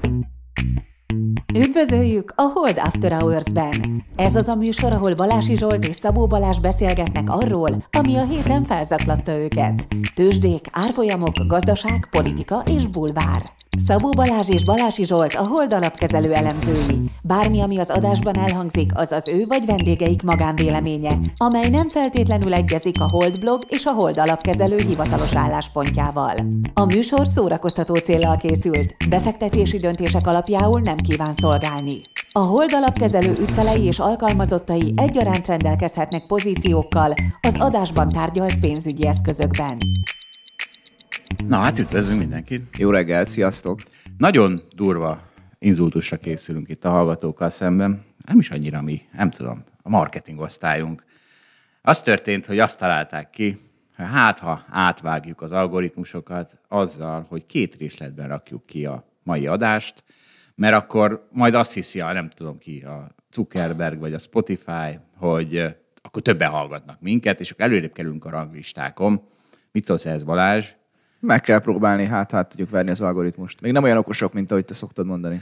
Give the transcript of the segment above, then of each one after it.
Üdvözöljük a Hold After Hours-ben! Ez az a műsor, ahol Balási Zsolt és Szabó Balázs beszélgetnek arról, ami a héten felzaklatta őket. Tőzsdék, árfolyamok, gazdaság, politika és bulvár. Szabó Balázs és Balási Zsolt a Hold alapkezelő elemzői. Bármi, ami az adásban elhangzik, az az ő vagy vendégeik magánvéleménye, amely nem feltétlenül egyezik a Hold blog és a Hold alapkezelő hivatalos álláspontjával. A műsor szórakoztató céllal készült, befektetési döntések alapjául nem kíván szolgálni. A Hold alapkezelő ügyfelei és alkalmazottai egyaránt rendelkezhetnek pozíciókkal az adásban tárgyalt pénzügyi eszközökben. Na hát üdvözlünk mindenkit! Jó reggelt, sziasztok! Nagyon durva inzultusra készülünk itt a hallgatókkal szemben. Nem is annyira mi, nem tudom, a marketing osztályunk. Az történt, hogy azt találták ki, hogy ha átvágjuk az algoritmusokat azzal, hogy 2 részletben rakjuk ki a mai adást, mert akkor majd azt hiszi nem tudom ki, a Zuckerberg vagy a Spotify, hogy akkor többen hallgatnak minket, és akkor előrébb kerülünk a ranglistákon. Mit szólsz ehhez, Balázs? Meg kell próbálni, hát tudjuk verni az algoritmust. Még nem olyan okosok, mint ahogy te szoktad mondani.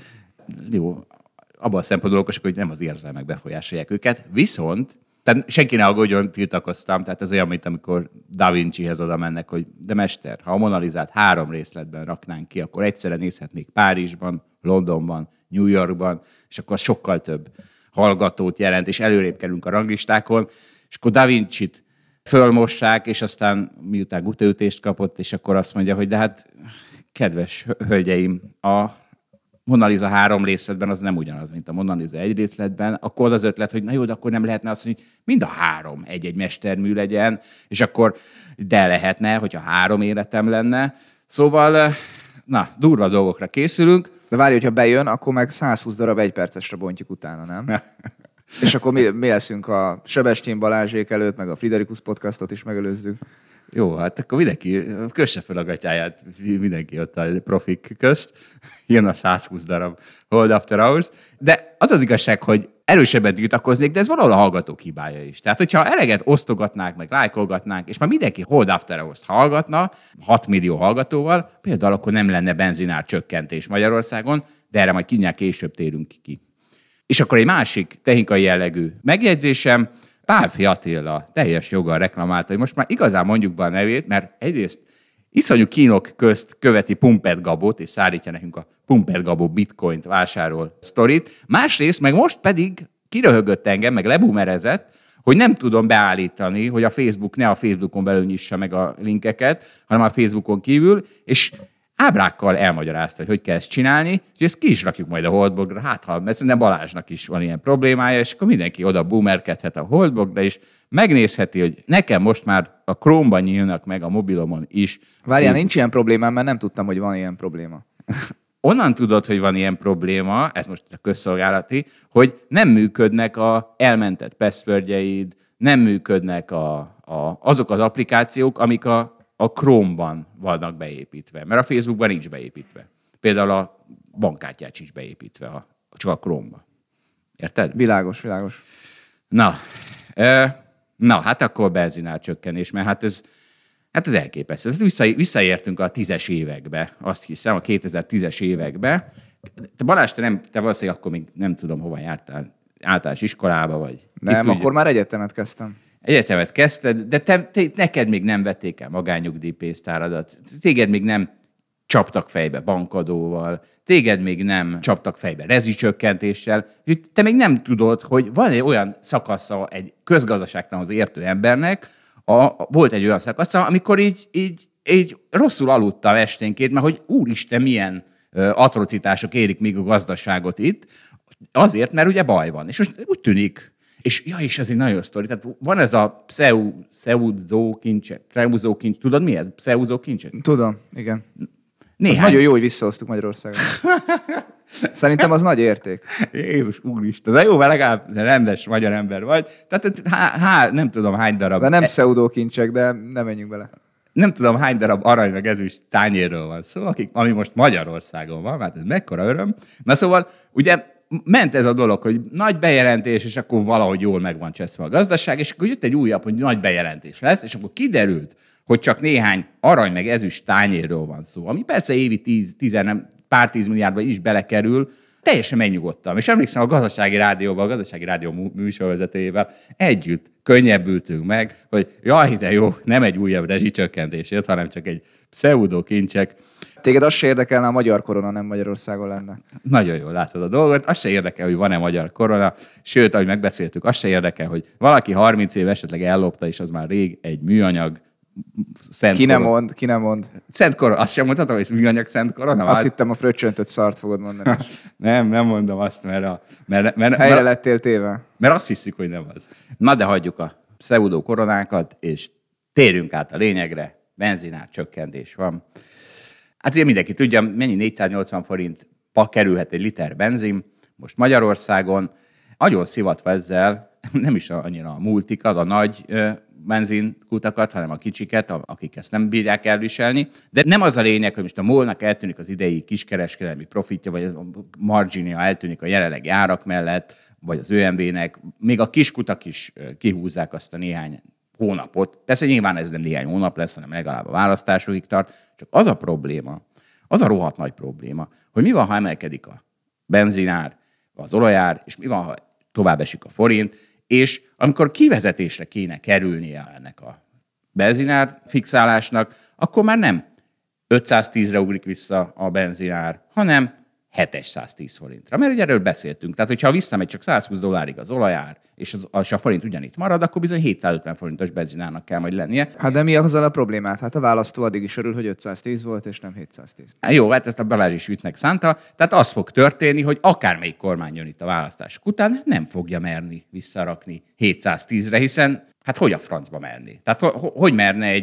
Jó, abban a szempontból okosok, hogy nem az érzelmek befolyásolják őket. Viszont, tehát senki ne aggódjon, tiltakoztam, tehát ez olyan, mint amikor Da Vincihez oda mennek, hogy de mester, ha a Mona Lisát 3 részletben raknánk ki, akkor egyszerre nézhetnék Párizsban, Londonban, New Yorkban, és akkor sokkal több hallgatót jelent, és előrébb kerülünk a ranglistákon, és akkor Da Vincit fölmossák, és aztán miután gutőütést kapott, és akkor azt mondja, hogy de hát, kedves hölgyeim, a Mona Lisa 3 részletben az nem ugyanaz, mint a Mona Lisa 1 részletben, akkor az ötlet, hogy na jó, de akkor nem lehetne azt mondani, hogy mind a 3 egy mestermű legyen, és akkor de lehetne, hogyha 3 életem lenne. Szóval, na, durva dolgokra készülünk. De várj, hogyha bejön, akkor meg 120 darab 1 percesre bontjuk utána, nem? És akkor mi leszünk a Sebestyén Balázsék előtt, meg a Friderikus podcastot is megelőzzük. Jó, hát akkor mindenki kösse fel a gatyáját, mindenki ott a profik közt. Jön a 120 darab Hold After Hours. De az az igazság, hogy erősebben tiltakoznék, de ez valahol a hallgatók hibája is. Tehát, hogyha eleget osztogatnák, meg lájkolgatnánk, és már mindenki Hold After Hours-t hallgatna, 6 millió hallgatóval, például akkor nem lenne benzinár csökkentés Magyarországon, de erre majd később térünk ki. És akkor egy másik technikai jellegű megjegyzésem, Pálffy Attila teljes joggal reklamálta, hogy most már igazán mondjuk be a nevét, mert egyrészt iszonyú kínok közt követi Pumped Gabót, és szállítja nekünk a Pumped Gabó bitcoint vásárol sztorit. Másrészt meg most pedig kiröhögött engem, meg lebumerezett, hogy nem tudom beállítani, hogy a Facebook ne a Facebookon belül nyissa meg a linkeket, hanem a Facebookon kívül, és ábrákkal elmagyarázta, hogy kell ezt csinálni, és ezt ki is rakjuk majd a Holdblogra, mert szerintem Balázsnak is van ilyen problémája, és akkor mindenki oda boomerkedhet a Holdblogra, és megnézheti, hogy nekem most már a Chrome-ban nyílnak meg a mobilomon is. Várjál, nincs ilyen problémám, mert nem tudtam, hogy van ilyen probléma. Onnan tudod, hogy van ilyen probléma, ez most a közszolgálati, hogy nem működnek a elmentett passwordjeid, nem működnek azok az applikációk, amik a Chrome-ban vannak beépítve, mert a Facebookban nincs beépítve. Például a bankkártyát sincs beépítve, csak a Chrome-ba. Érted? Világos. Na, hát akkor benzinár csökkenés, mert hát ez elképesztő. Visszaértünk a 10-es évekbe, azt hiszem, a 2010-es évekbe. Te Balázs, te valószínűleg akkor még nem tudom, hova jártál, általános iskolába, vagy... Nem, akkor már egyetemet kezdtem. Egyetemet kezdted, de neked még nem vették el magánnyugdíjpénztáradat, téged még nem csaptak fejbe bankadóval, téged még nem csaptak fejbe rezsicsökkentéssel, te még nem tudod, hogy van egy olyan szakasza egy közgazdaságtanhoz értő embernek, volt egy olyan szakasza, amikor így rosszul aludtam esténként, mert hogy úristen, milyen atrocitások érik még a gazdaságot itt, azért, mert ugye baj van. És most úgy tűnik, és ez egy nagyon sztori. Tehát van ez a pseudókincs, tudod mi ez? Pseudókincs? Tudom, igen. Néhány. Az nagyon jó, hogy visszahoztuk Magyarországon. Szerintem az nagy érték. Jézus úristen, de jó, mert legalább rendes magyar ember vagy. Tehát nem tudom hány darab... De nem pseudókincsek, de nem menjünk bele. Nem tudom hány darab arany meg ezüst tányérről van szó, ami most Magyarországon van, hát ez mekkora öröm. Na szóval, ugye ment ez a dolog, hogy nagy bejelentés, és akkor valahogy jól meg van cseszve a gazdaság, és akkor jött egy újabb, hogy nagy bejelentés lesz, és akkor kiderült, hogy csak néhány arany meg ezüst tányérről van szó, ami persze évi pár 10 milliárdba is belekerül, teljesen megnyugodtam. És emlékszem, a Gazdasági Rádióban, a Gazdasági Rádió műsorvezetőjével együtt könnyebbültünk meg, hogy jaj, de jó, nem egy újabb rezsicsökkentés jött, hanem csak egy pseudo kincsek. Téged az se érdekelne, a magyar korona nem Magyarországon lenne. Nagyon jól látod a dolgot, azt se érdekel, hogy van-e magyar korona, sőt, ahogy megbeszéltük, azt se érdekel, hogy valaki 30 év esetleg ellopta, és az már rég egy műanyag szent Ki nem mond. Szent korona, azt sem mondhatom, hogy műanyag szent korona? Azt hittem, a fröccsöntött szart fogod mondani. Nem mondom azt, mert helyre lettél téve. Mert azt hiszik, hogy nem az. Na de hagyjuk a pseudo koronákat, és térjünk át a lényegre. Benzinár csökkentés van. Hát ugye mindenki tudja, mennyi 480 forintba kerülhet egy liter benzin. Most Magyarországon nagyon szivatva ezzel, nem is annyira a multikat, a nagy benzinkutakat, hanem a kicsiket, akik ezt nem bírják elviselni. De nem az a lényeg, hogy most a MOL-nak eltűnik az idei kiskereskedelmi profitja, vagy a marginia eltűnik a jelenlegi árak mellett, vagy az ÖMV-nek. Még a kiskutak is kihúzzák azt a néhány hónapot. Persze nyilván ez nem néhány hónap lesz, hanem legalább a választásokig tart. Csak az a probléma, az a rohadt nagy probléma, hogy mi van, ha emelkedik a benzinár, az olajár, és mi van, ha tovább esik a forint, és amikor kivezetésre kéne kerülnie ennek a benzinár fixálásnak, akkor már nem 510-re ugrik vissza a benzinár, hanem 710 forintra. Mert ugye erről beszéltünk. Tehát, hogyha visszamegy csak $120 az olajár, és a forint ugyanitt marad, akkor bizony 750 forintos benzinárnak kell majd lennie. Hát de mi azzal a problémát? Hát a választó addig is örül, hogy 510 volt, és nem 710. Jó, hát ezt a Balázs is viccnek szánta. Tehát az fog történni, hogy akármelyik kormány jön itt a választások után, nem fogja merni visszarakni 710-re, hiszen hát hogy a francba merni? Tehát hogy merne egy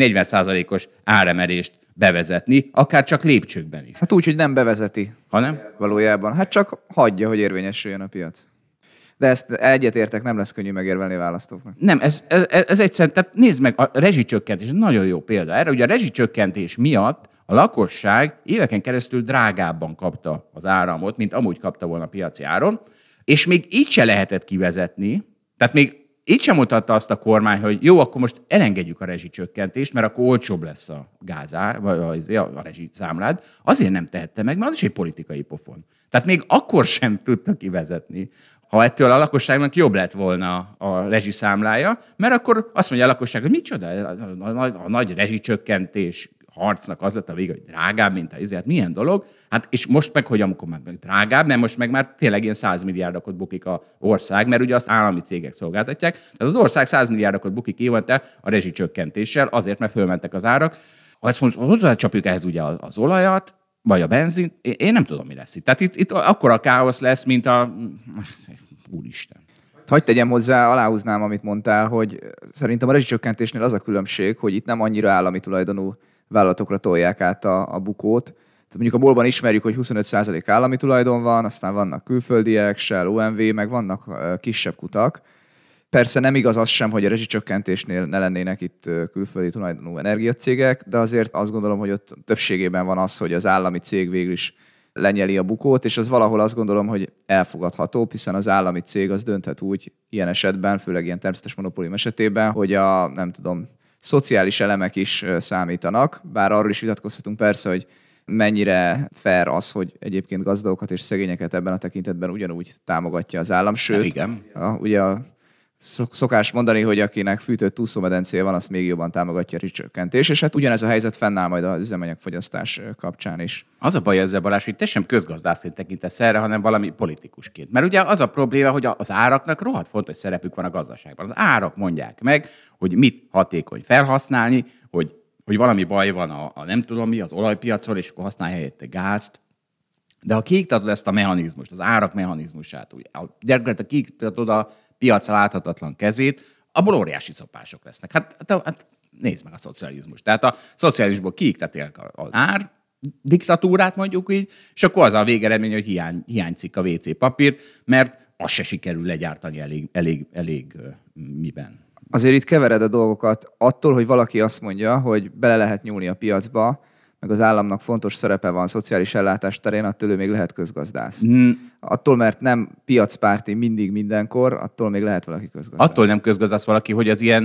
40%-os áremelést bevezetni, akár csak lépcsőkben is. Hát úgy, hogy nem bevezeti. Hanem? Valójában. Hát csak hagyja, hogy érvényesüljön a piac. De ezt egyetértek, nem lesz könnyű megérvelni a választóknak. Nem, ez egyszerűen, tehát nézd meg, a rezsicsökkentés nagyon jó példa erre. Ugye a rezsicsökkentés miatt a lakosság éveken keresztül drágábban kapta az áramot, mint amúgy kapta volna a piaci áron, és még így se lehetett kivezetni, tehát még így sem mutatta azt a kormány, hogy jó, akkor most elengedjük a rezsicsökkentést, mert akkor olcsóbb lesz a gázár, vagy a rezsiszámlád. Azért nem tehette meg, mert az is egy politikai pofon. Tehát még akkor sem tudta kivezetni, ha ettől a lakosságnak jobb lett volna a rezsiszámlája, mert akkor azt mondja a lakosság, hogy micsoda, a nagy rezsicsökkentés harcnak az lett a vége, hogy drágább, mint hát milyen dolog. Hát és most meg, hogy amikor meg drágább, mert most meg már tényleg ilyen 100 milliárdokot bukik az ország, mert ugye azt állami cégek szolgáltatják. Tehát az ország 100 milliárdokot bukik évente a rezsicsökkentéssel, azért, mert fölmentek az árak. Ha ezt hozzácsapjuk ehhez ugye az olajat, vagy a benzint, én nem tudom, mi lesz itt. Tehát itt akkora káosz lesz, mint a... Úristen. Hadd tegyem hozzá, aláhúznám, amit mondtál, hogy szerintem a rezsicsökkentésnél az a különbség, hogy itt nem annyira állami tulajdonú vállalatokra tolják át a bukót. Tehát mondjuk a MOL-ban ismerjük, hogy 25% állami tulajdon van, aztán vannak külföldiek, Shell, OMV, meg vannak kisebb kutak. Persze nem igaz az sem, hogy a rezsicsökkentésnél ne lennének itt külföldi tulajdonú energiacégek, de azért azt gondolom, hogy ott többségében van az, hogy az állami cég végül is lenyeli a bukót, és az valahol azt gondolom, hogy elfogadható, hiszen az állami cég az dönthet úgy ilyen esetben, főleg ilyen természetes monopólium esetében, hogy a, nem tudom, szociális elemek is számítanak, bár arról is vitatkozhatunk persze, hogy mennyire fair az, hogy egyébként gazdagоkat és szegényeket ebben a tekintetben ugyanúgy támogatja az állam, sőt, igen. Ugye szokás mondani, hogy akinek fűtött úszómedencéje van, azt még jobban támogatja a rezsicsökkentés, és hát ugyanez a helyzet fennáll majd az üzemanyagfogyasztás kapcsán is. Az a baj ezzel, Balázs, hogy te sem közgazdászként tekintesz erre, hanem valami politikusként. Mert ugye az a probléma, hogy az áraknak rohadt fontos szerepük van a gazdaságban. Az árak mondják meg, hogy mit hatékony felhasználni, hogy valami baj van a nem tudom mi, az olajpiacon, és akkor használj helyette gázt. De ha kiiktatod ezt a mechanizmust, az árak mechanizmusát, gyakorlatilag kiiktatod a piac láthatatlan kezét, abból óriási szopások lesznek. Hát nézd meg a szocializmust. Tehát a szocializmusból kiiktatják az ár diktatúrát, mondjuk így, és akkor az a végeredmény, hogy hiányzik a WC papír, mert azt se sikerül legyártani elég miben. Azért itt kevered a dolgokat. Attól, hogy valaki azt mondja, hogy bele lehet nyúlni a piacba, meg az államnak fontos szerepe van szociális ellátás terén, attól ő még lehet közgazdász. Attól, mert nem piacpárti mindig mindenkor, attól még lehet valaki közgazdász. Attól nem közgazdász valaki, hogy az ilyen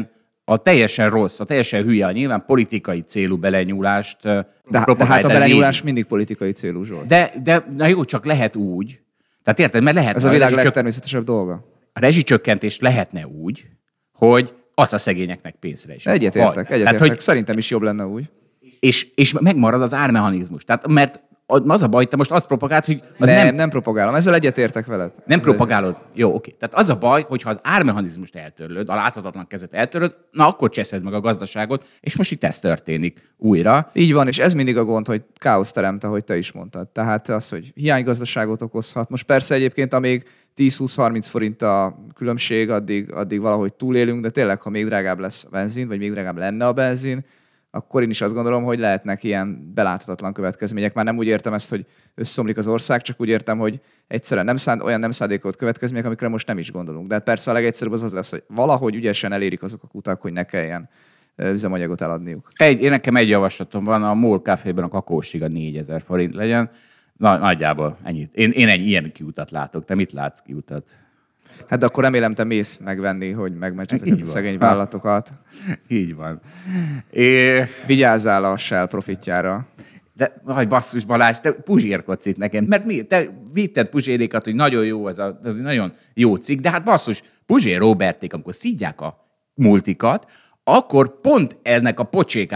a teljesen rossz, a teljesen hülye, a nyilván politikai célú belenyúlást De hát a belenyúlás mindig politikai célú, Zsolt. De na jó, csak lehet úgy. Tehát érted, mert lehet... Ez a világ legtermészetesebb dolga. A rezsicsökkentést lehetne úgy, hogy azt a szegényeknek pénzre is. Egyetértek. Szerintem is jobb lenne úgy. És megmarad az ármechanizmus. Tehát, mert az a baj, te most azt propagáld, hogy... Az nem propagálom, ezzel egyetértek veled. Nem propagálod. Jó, oké. Tehát az a baj, hogyha az ármechanizmust eltörlöd, a láthatatlan kezet eltörlöd, na akkor cseszed meg a gazdaságot, és most itt ez történik újra. Így van, és ez mindig a gond, hogy káosz teremt, ahogy te is mondtad. Tehát az, hogy hiánygazdaságot okozhat. Most persze egyébként, amíg 10-20-30 forint a különbség, addig valahogy túlélünk, de tényleg, ha még drágább lesz a benzin, vagy még drágább lenne a benzin, akkor én is azt gondolom, hogy lehetnek ilyen beláthatatlan következmények. Már nem úgy értem ezt, hogy összeomlik az ország, csak úgy értem, hogy egyszerűen olyan nem szándékolt következmények, amikre most nem is gondolunk. De hát persze a legegyszerűbb az lesz, hogy valahogy ügyesen elérik azok a kutak, hogy ne kelljen üzemanyagot eladniuk. Nekem egy javaslatom van, a MOL Caféban a kakaóstiga 4000 forint legyen. Nagyjából ennyit. Én egy ilyen kiutat látok. Te mit látsz kiutat? Hát akkor remélem, te mész megvenni, hogy megmentsd ezeket a szegény vállalatokat. Így van. Vigyázzál a Shell profitjára. De, basszus Balázs, te puzsérkodsz itt nekem. Mert te vitted Puzsérékat, hogy nagyon jó, ez egy nagyon jó cikk, de hát basszus, Puzsér Roberték, amikor szidják a multikat, akkor pont ennek a pocsék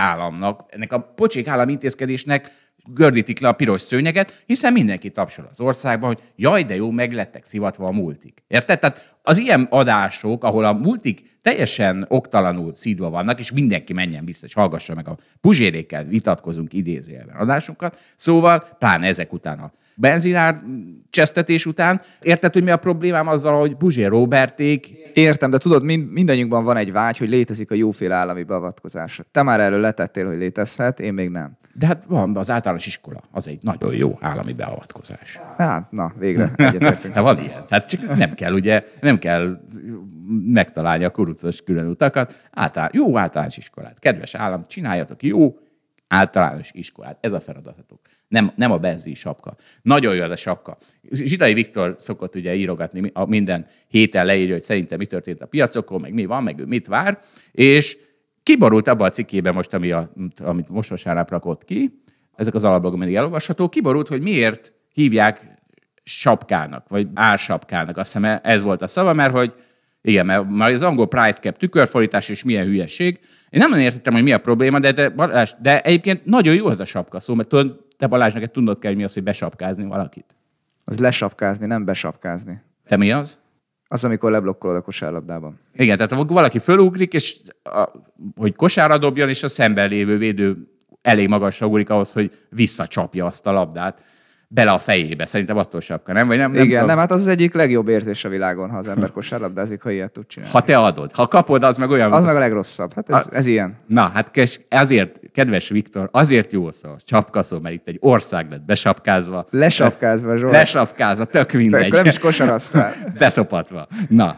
állam intézkedésnek gördítik le a piros szőnyeget, hiszen mindenki tapsol az országban, hogy jaj, de jó, meg lettek szivatva a multik. Érted? Tehát az ilyen adások, ahol a multik teljesen oktalanul szídva vannak, és mindenki menjen vissza, és hallgassa meg a Puzsérékkel vitatkozunk idézőjelben adásunkat, szóval pláne ezek után a benzinár csesztetés után. Érted, hogy mi a problémám azzal, hogy Puzsér Roberték... Értem, de tudod, mindannyiunkban van egy vágy, hogy létezik a jóféle állami beavatkozás. Te már erről letettél, hogy létezhet, én még nem. De hát van az általános iskola, az egy nagyon jó állami beavatkozás. Hát, na, végre egyetértünk. De van ilyen. Tehát csak nem kell megtalálni a kurucos külön utakat. Jó általános iskolát. Kedves állam, csináljatok jó általános iskolát. Ez a feladatatok. Nem a benzin sapka. Nagyon jó az a sapka. Zsidai Viktor szokott ugye írogatni, minden héten leírja, hogy szerintem mi történt a piacokon, meg mi van, meg ő mit vár, és kiborult abban a cikkében most, amit most vasárnap rakott ki, ezek az alapblogok mindig elolvasható, kiborult, hogy miért hívják sapkának, vagy ársapkának. Azt hiszem, ez volt a szava, mert hogy igen, mert az angol price cap tükörfordítás és milyen hülyeség. Én nem nagyon értettem, hogy mi a probléma, de egyébként nagyon jó ez a sapka szó, mert tudod, te Balázs, neked tudnod kell, hogy mi az, hogy besapkázni valakit. Az lesapkázni, nem besapkázni. Te mi az? Az, amikor leblokkolod a kosárlabdában. Igen, tehát valaki fölugrik, és hogy kosárra dobjon, és a szemben lévő védő elég magasra ugrik ahhoz, hogy visszacsapja azt a labdát bele a fejébe. Szerintem attól sapka, nem? Vagy nem Igen, tudom. nem, hát az egyik legjobb érzés a világon, ha az ember kosárlabdázik, ha ilyet tud csinálni. Ha te adod. Ha kapod, az meg olyan... Az meg a legrosszabb. Hát ez ilyen. Na, hát ezért, kedves Viktor, azért jó szó, csapkaszó, mert itt egy ország lett besapkázva. Lesapkázva, Zsolt. Lesapkázva, tök mindegy. Nem is kosaraztál. Beszopatva. Na.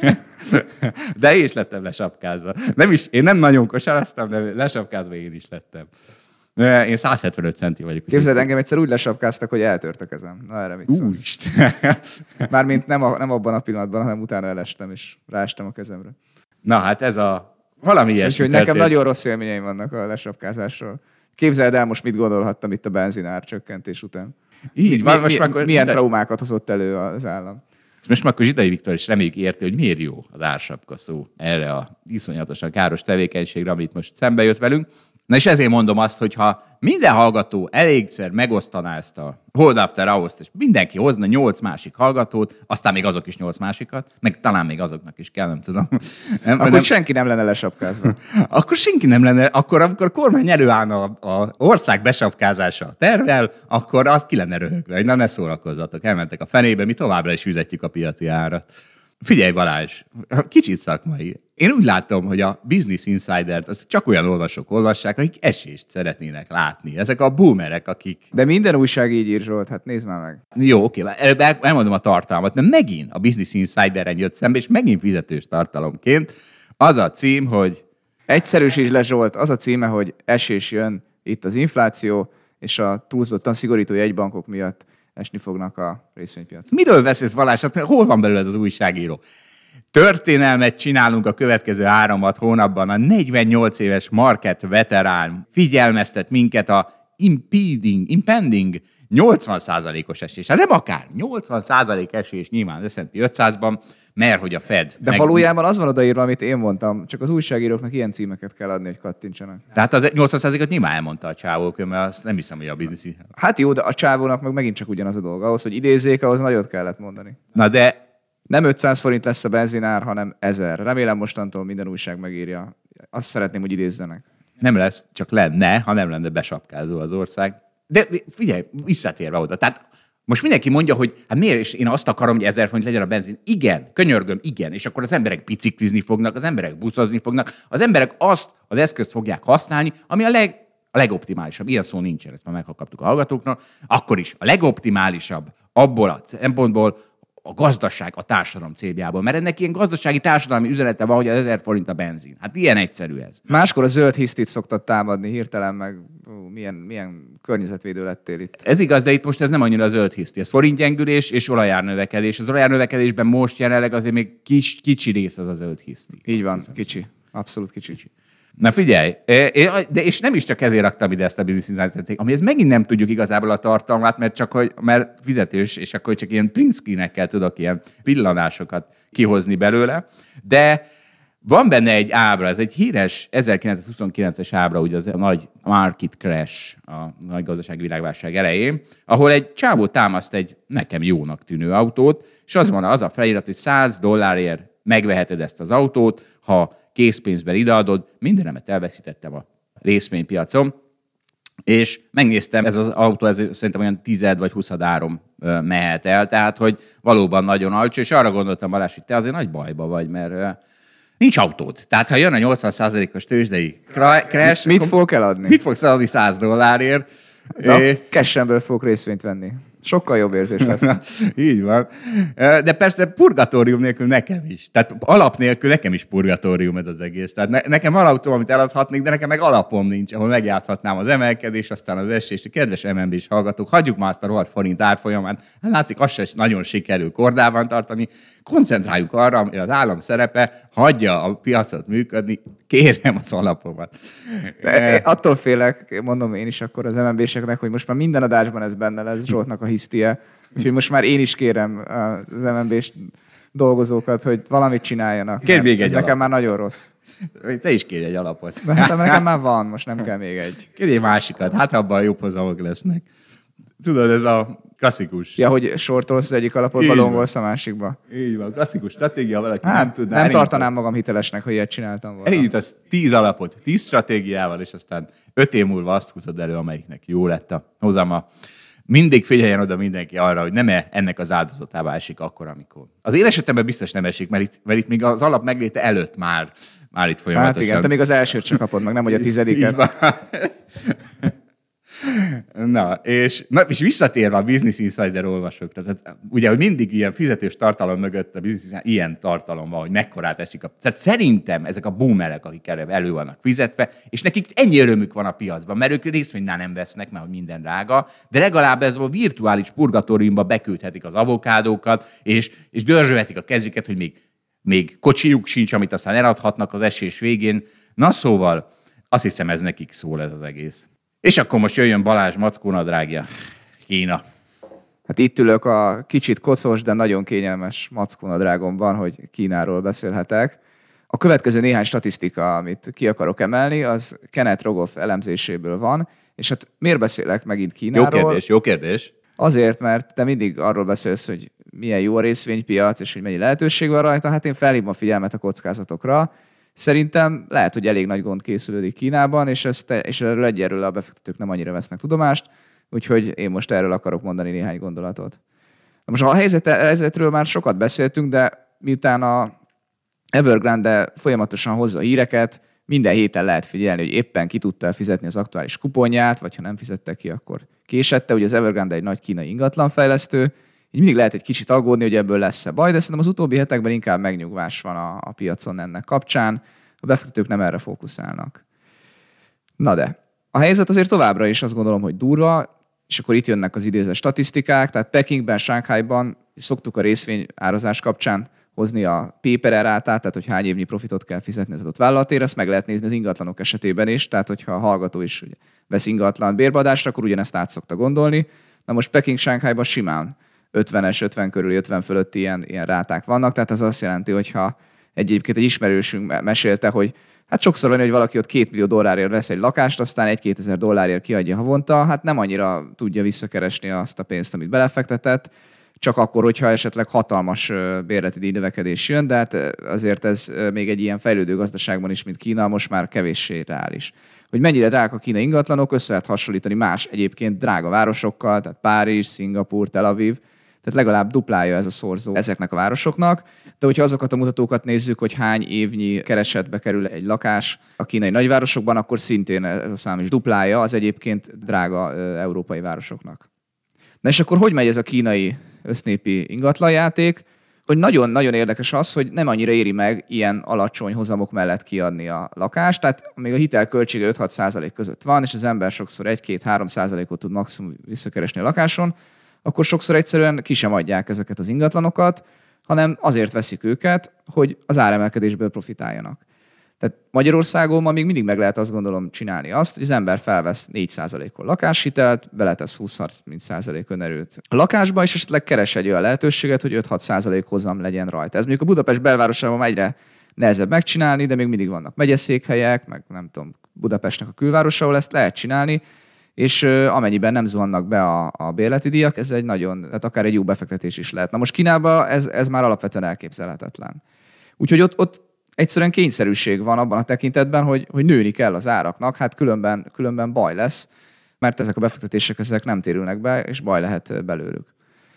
De én is lettem lesapkázva. Én nem nagyon kosaraztam, de lesapkázva én is lettem. Én 175 centi vagyok. Képzeld, engem egyszer úgy lesapkáztak, hogy eltört a kezem. Na, erre mit szólsz? Úristen. Mármint nem abban a pillanatban, hanem utána elestem, és ráestem a kezemre. Na, hát ez valami ilyesmi. Úgyhogy nekem nagyon rossz élményeim vannak a lesapkázásról. Képzeld el, most mit gondolhattam itt a benzinár csökkentés után. Így van, milyen traumákat hozott elő az állam. Most már akkor Zsidai Viktor is reméljük érti, hogy miért jó az ársapka szó erre a iszonyatosan káros tevékenységre, amit most szembe jött velünk. Na és ezért mondom azt, hogy ha minden hallgató elégszer megosztaná ezt a Hold After Hours-t, és mindenki hozna 8 másik hallgatót, aztán még azok is 8 másikat, meg talán még azoknak is kell, nem tudom. Akkor senki nem lenne lesapkázva. Akkor senki nem lenne, amikor a kormány előállna az ország besapkázása a tervvel, akkor az ki lenne röhögve, hogy na ne szórakozzatok, elmentek a fenébe, mi továbbra is fizetjük a piaci árat. Figyelj Balázs, kicsit szakmai. Én úgy látom, hogy a Business Insider-t az csak olyan olvasók olvassák, akik esést szeretnének látni. Ezek a boomerek, akik... De minden újság így ír, Zsolt, hát nézd már meg. Jó, oké, elmondom a tartalmat, mert megint a Business Insideren jött szembe, és megint fizetős tartalomként. Az a cím, hogy... Egyszerűsíts le, Zsolt, az a címe, hogy esés jön, itt az infláció, és a túlzottan szigorító jegybankok miatt esni fognak a részvénypiacon. Miről beszélsz, Balázs? Hát hol van belőled az újságíró? Történelmet csinálunk a következő 3-6 hónapban. A 48 éves Marquette veterán figyelmeztet minket a impending 80%-os esés. Hát nem akár, 80% esés nyilván az S&P 500-ban, mert hogy a Fed... De valójában az van odaírva, amit én mondtam, csak az újságíróknak ilyen címeket kell adni, hogy kattintsanak. Tehát az 80%-ot nyilván elmondta a csávó, mert azt nem hiszem, hogy a bizniszi... Hát jó, de a csávónak meg megint csak ugyanaz a dolga. Ahhoz, hogy idézzék, ahhoz nagyot kellett mondani. Na de... Nem 500 forint lesz a benzinár, hanem 1000. Remélem mostantól minden újság megírja. Azt szeretném, hogy idézzenek. Nem lesz, csak lenne, ha nem lenne besapkázó az ország. De figyelj, visszatérve oda. Tehát most mindenki mondja, hogy hát miért, és én azt akarom, hogy 1000 forint legyen a benzin. Igen, könyörgöm, igen. És akkor az emberek biciklizni fognak, az emberek buszozni fognak, az emberek azt az eszközt fogják használni, ami a legoptimálisabb. Ilyen szó nincsen, ezt már megkaptuk a hallgatóknak. Akkor is a legoptimálisabb abból a szempontból, a gazdaság, a társadalom céljából. Mert ennek ilyen gazdasági társadalmi üzenete van, hogy az 1000 forint a benzin. Hát ilyen egyszerű ez. Máskor a zöld hisztit szoktad támadni, hirtelen meg milyen környezetvédő lettél itt. Ez igaz, de itt most ez nem annyira a zöld hiszti. Ez forintgyengülés és olajárnövekedés. Az olajárnövekedésben most jelenleg azért még kicsi rész az a zöld hiszti. Így van, kicsi. Abszolút kicsi. Na figyelj, és nem is csak ezért raktam ide ezt a Business Insights-et, amihez megint nem tudjuk igazából a tartalmát, mert fizetős, és akkor csak ilyen print screen-ekkel tudok ilyen villanásokat kihozni belőle, de van benne egy ábra, ez egy híres 1929-es ábra, ugye az a nagy market crash, a nagy gazdasági világválság elején, ahol egy csávó támaszt egy nekem jónak tűnő autót, és az van az a felirat, hogy $100 megveheted ezt az autót, ha készpénzben ideadod, mindenemet elveszítettem a részvénypiacon, és megnéztem, ez az autó ez szerintem olyan 10 vagy 20 áron mehet el, tehát hogy valóban nagyon olcsó, és arra gondoltam, Balázs, hogy te azért nagy bajba vagy, mert nincs autód. Tehát ha jön a 80%-os tőzsdei crash, mit fogok eladni? Mit fogsz eladni $100? De cashemből fogok részvényt venni. Sokkal jobb érzés lesz. Így van. De persze purgatórium nélkül nekem is. Tehát alap nélkül nekem is purgatórium ez az egész. Tehát nekem van autó, amit eladhatnék, de nekem meg alapom nincs, ahol megjátszhatnám az emelkedés, aztán az esés. Kedves MNB-s hallgatók, hagyjuk már azt a rohadt forint árfolyamát. Hát látszik, azt sem nagyon sikerül kordában tartani. Koncentráljunk arra, hogy az állam szerepe hagyja a piacot működni. Kérem az alapomat. Attól félek, mondom én is akkor az MNB-seknek, hogy most már minden adásban ez benne lesz, Zsoltnak a hisztie. Úgyhogy most már én is kérem az MNB-s dolgozókat, hogy valamit csináljanak. Kérj még egy nekem már nagyon rossz. Te is kérj egy alapot. De hát nekem már van, most nem kell még egy. Kérj egy másikat, hát abban jobb hozamok lesznek. Tudod, ez a klasszikus. Ja, hogy sortolsz az egyik alapot, balongolsz a másikba. Így van, klasszikus stratégia, valaki hát, nem tudná. Nem tartanám magam hitelesnek, hogy ilyet csináltam volna. Elindítasz 10 alapot, 10 stratégiával, és aztán 5 év múlva azt húzod elő, amelyiknek jó lett a hozama. Mindig figyeljen oda mindenki arra, hogy nem ennek az áldozatába esik akkor, amikor. Az én esetemben biztos nem esik, mert itt még az alap megléte előtt már itt folyamatosan. Hát igen, te még az elsőt csak kapod meg, nem hogy a 10-et. Na, és visszatérve a Business Insider olvasók, tehát ugye, hogy mindig ilyen fizetős tartalom mögött a Business Insider, ilyen tartalom van, hogy mekkorát esik. Tehát szerintem ezek a boomerek, akik elő vannak fizetve, és nekik ennyi örömük van a piacban, mert ők részvénynál nem vesznek, mert hogy minden drága, de legalább ez a virtuális purgatóriumba beküldhetik az avokádókat, és dörzsölhetik a kezüket, hogy még kocsijuk sincs, amit aztán eladhatnak az esés végén. Na szóval, azt hiszem, ez nekik szól ez az egész. És akkor most jöjjön Balázs mackónadrágja, Kína. Hát itt ülök a kicsit kocos, de nagyon kényelmes mackónadrágomban, hogy Kínáról beszélhetek. A következő néhány statisztika, amit ki akarok emelni, az Kenneth Rogoff elemzéséből van, és hát miért beszélek megint Kínáról? Jó kérdés. Azért, mert te mindig arról beszélsz, hogy milyen jó a részvénypiac, és hogy mennyi lehetőség van rajta, hát én felhívom a figyelmet a kockázatokra. Szerintem lehet, hogy elég nagy gond készülődik Kínában, és erről a befektetők nem annyira vesznek tudomást, úgyhogy én most erről akarok mondani néhány gondolatot. Most a helyzetről már sokat beszéltünk, de miután a Evergrande folyamatosan hozza híreket, minden héten lehet figyelni, hogy éppen ki tudta fizetni az aktuális kuponját, vagy ha nem fizette ki, akkor késette. Ugye az Evergrande egy nagy kínai ingatlanfejlesztő, így mindig lehet egy kicsit aggódni, hogy ebből lesz-e baj, de szerintem az utóbbi hetekben inkább megnyugvás van a piacon ennek kapcsán. A befektetők nem erre fókuszálnak. Na de, a helyzet azért továbbra is azt gondolom, hogy durva, és akkor itt jönnek az idézett statisztikák, tehát Pekingben, Shanghaiban szoktuk a részvény árazás kapcsán hozni a PPR rátát, tehát hogy hány évnyi profitot kell fizetni az adott vállalatért, ezt meg lehet nézni az ingatlanok esetében is, tehát hogyha a hallgató is ugye vesz ingatlan bérbeadásra, akkor ugyanezt át szokta gondolni. Na most Peking, Shanghaiban simán 50-es, 50 körüli, 50 fölötti ilyen ráták vannak, tehát az azt jelenti, hogyha egyébként egy ismerősünk mesélte, hogy hát sokszor van, hogy valaki ott $2 millió vesz egy lakást, aztán $1-2 kiadja havonta, hát nem annyira tudja visszakeresni azt a pénzt, amit belefektetett, csak akkor, hogyha esetleg hatalmas bérleti díjnövekedés jön, de hát azért ez még egy ilyen fejlődő gazdaságban is, mint Kína, most már kevéssé reális. Hogy mennyire drága a kínai ingatlanok, össze lehet hasonlítani más egyébként drága városokkal, tehát Párizs, Szingapúr, Tel Aviv, tehát legalább duplája ez a szorzó ezeknek a városoknak. De hogyha azokat a mutatókat nézzük, hogy hány évnyi keresetbe kerül egy lakás a kínai nagyvárosokban, akkor szintén ez a szám is duplája az egyébként drága európai városoknak. Na és akkor hogy megy ez a kínai össznépi ingatlanjáték? Hogy nagyon-nagyon érdekes az, hogy nem annyira éri meg ilyen alacsony hozamok mellett kiadni a lakást, tehát még a hitelköltsége 5-6% között van, és az ember sokszor 1-2-3%-ot tud maximum visszakeresni a lakáson, akkor sokszor egyszerűen ki sem adják ezeket az ingatlanokat, hanem azért veszik őket, hogy az áremelkedésből profitáljanak. Tehát Magyarországon ma még mindig meg lehet azt gondolom csinálni azt, hogy az ember felvesz 4%-on lakáshitelt, beletesz 20-30% önerőt a lakásba, és esetleg keres egy olyan lehetőséget, hogy 5-6% hozam legyen rajta. Ez mondjuk a Budapest belvárosában egyre nehezebb megcsinálni, de még mindig vannak megyeszékhelyek, meg nem tudom, Budapestnek a külvárosa, ahol ezt lehet csinálni, és amennyiben nem zuhannak be a bérleti díjak, ez egy nagyon, tehát akár egy jó befektetés is lehet. Na most Kínában ez már alapvetően elképzelhetetlen. Úgyhogy ott egyszerűen kényszerűség van abban a tekintetben, hogy nőni kell az áraknak, hát különben baj lesz, mert ezek a befektetések ezek nem térülnek be, és baj lehet belőlük.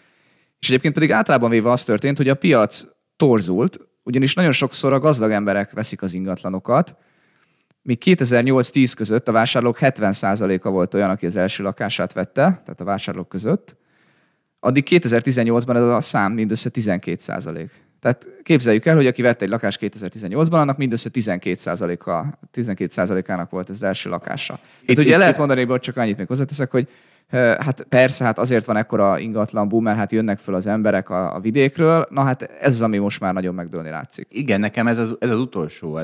És egyébként pedig általában véve az történt, hogy a piac torzult, ugyanis nagyon sokszor a gazdag emberek veszik az ingatlanokat, míg 2008-10 között a vásárlók 70%-a volt olyan, aki az első lakását vette, tehát a vásárlók között, addig 2018-ban ez a szám mindössze 12%. Tehát képzeljük el, hogy aki vette egy lakást 2018-ban, annak mindössze 12%-ának volt ez az első lakása. Itt ugye lehet mondani, hogy csak annyit még hozzáteszek, hogy hát persze, hát azért van ekkora ingatlan boom, mert hát jönnek föl az emberek a vidékről. Na hát ez az, ami most már nagyon megdőlni látszik. Igen, nekem ez az utolsó,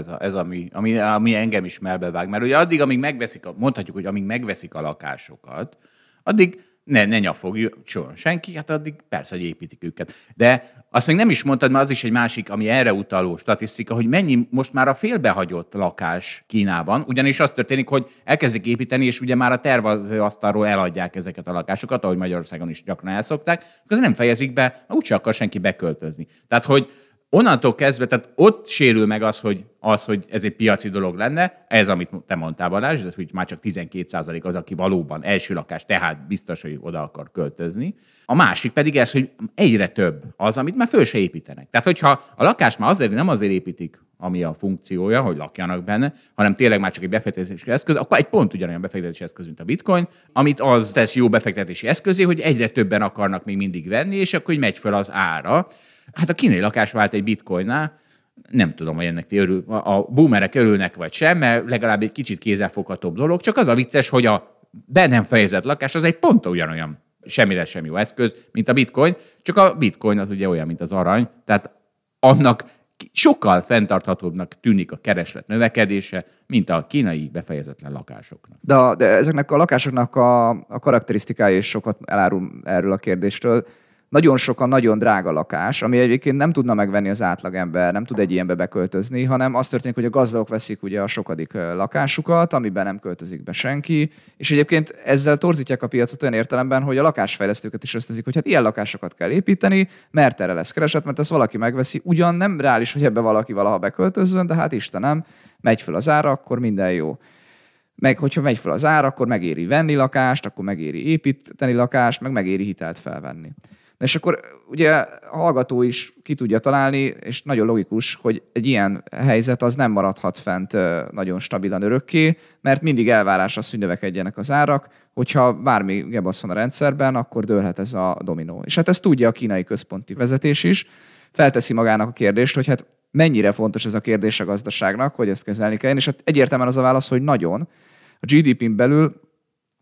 ami engem is melbevág. Mert ugye addig, amíg mondhatjuk, hogy amíg megveszik a lakásokat, addig ne nyafogjon senki, hát addig persze, hogy építik őket. De azt még nem is mondtad, mert az is egy másik, ami erre utaló statisztika, hogy mennyi most már a félbehagyott lakás Kínában, ugyanis az történik, hogy elkezdik építeni, és ugye már a tervezőasztalról eladják ezeket a lakásokat, ahogy Magyarországon is gyakran elszokták, akkor nem fejezik be, úgyse akar senki beköltözni. Tehát, hogy onnantól kezdve, tehát ott sérül meg az, hogy ez egy piaci dolog lenne, ez, amit te mondtál, Balázs, ez, hogy már csak 12% az, aki valóban első lakás, tehát biztos, hogy oda akar költözni. A másik pedig ez, hogy egyre több az, amit már föl se építenek. Tehát, hogyha a lakást már nem azért építik, ami a funkciója, hogy lakjanak benne, hanem tényleg már csak egy befektetési eszköz, akkor egy pont ugyanolyan befektetési eszköz, mint a bitcoin, amit az tesz jó befektetési eszközé, hogy egyre többen akarnak még mindig venni, és akkor hogy megy föl az ára. Hát a kínai lakás vált egy bitcoinnál, nem tudom, hogy ennek a boomerek örülnek vagy sem, mert legalább egy kicsit kézzelfoghatóbb dolog, csak az a vicces, hogy a be nem fejezett lakás az egy pont ugyanolyan semmire sem jó eszköz, mint a bitcoin, csak a bitcoin az ugye olyan, mint az arany, tehát annak sokkal fenntarthatóbbnak tűnik a kereslet növekedése, mint a kínai befejezetlen lakásoknak. De ezeknek a lakásoknak a karakterisztikája is sokat elárul erről a kérdéstől. Nagyon sok a nagyon drága lakás, ami egyébként nem tudna megvenni az átlagember, nem tud egy ilyenbe beköltözni, hanem az történik, hogy a gazdagok veszik ugye a sokadik lakásukat, amiben nem költözik be senki, és egyébként ezzel torzítják a piacot olyan értelemben, hogy a lakásfejlesztőket is ösztönzik, hogy hát ilyen lakásokat kell építeni, mert erre lesz kereslet, mert ezt valaki megveszi. Ugyan nem reális, hogy ebbe valaki valaha beköltözzön, de hát Istenem, megy föl az ára, akkor minden jó. Meg hogyha megy fel az ára, akkor megéri venni lakást, akkor megéri építeni lakást, meg megéri hitelt felvenni. És akkor ugye a hallgató is ki tudja találni, és nagyon logikus, hogy egy ilyen helyzet az nem maradhat fent nagyon stabilan örökké, mert mindig elvárás az, hogy növekedjenek az árak, hogyha bármi gebasz van a rendszerben, akkor dőlhet ez a dominó. És hát ezt tudja a kínai központi vezetés is. Felteszi magának a kérdést, hogy hát mennyire fontos ez a kérdés a gazdaságnak, hogy ezt kezelni kell. És hát egyértelműen az a válasz, hogy nagyon. A GDP-n belül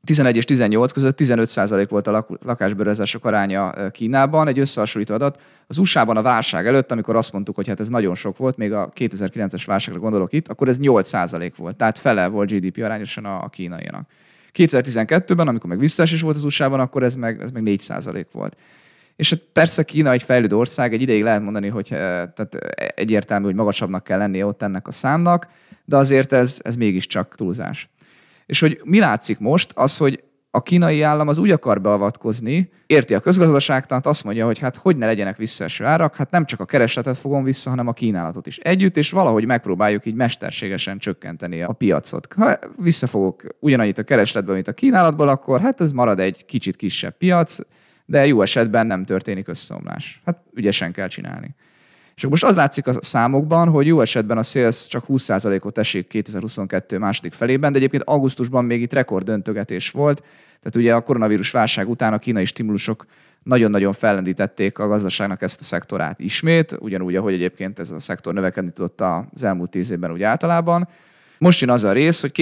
11 és 18 között 15% volt a lakásberuházások aránya Kínában. Egy összehasonlító adat. Az USA-ban a válság előtt, amikor azt mondtuk, hogy hát ez nagyon sok volt, még a 2009-es válságra gondolok itt, akkor ez 8% volt. Tehát fele volt GDP arányosan a kínainak. 2012-ben, amikor meg visszaesés volt az USA-ban, akkor ez meg 4% volt. És persze Kína egy fejlődő ország, egy ideig lehet mondani, hogy tehát egyértelmű, hogy magasabbnak kell lennie ott ennek a számnak, de azért ez mégiscsak túlzás. És hogy mi látszik most, az, hogy a kínai állam az úgy akar beavatkozni, érti a közgazdaságtant, azt mondja, hogy hát hogy ne legyenek visszaeső árak, hát nem csak a keresletet fogom vissza, hanem a kínálatot is együtt, és valahogy megpróbáljuk így mesterségesen csökkenteni a piacot. Ha visszafogok ugyanannyit a keresletből, mint a kínálatból, akkor hát ez marad egy kicsit kisebb piac, de jó esetben nem történik összeomlás. Hát ügyesen kell csinálni. És akkor most az látszik a számokban, hogy jó esetben a sales csak 20%-ot esik 2022 második felében, de egyébként augusztusban még itt rekorddöntögetés volt. Tehát ugye a koronavírus válság után a kínai stimulusok nagyon-nagyon fellendítették a gazdaságnak ezt a szektorát ismét, ugyanúgy, ahogy egyébként ez a szektor növekedni tudott az elmúlt 10 évben úgy általában. Most jön az a rész, hogy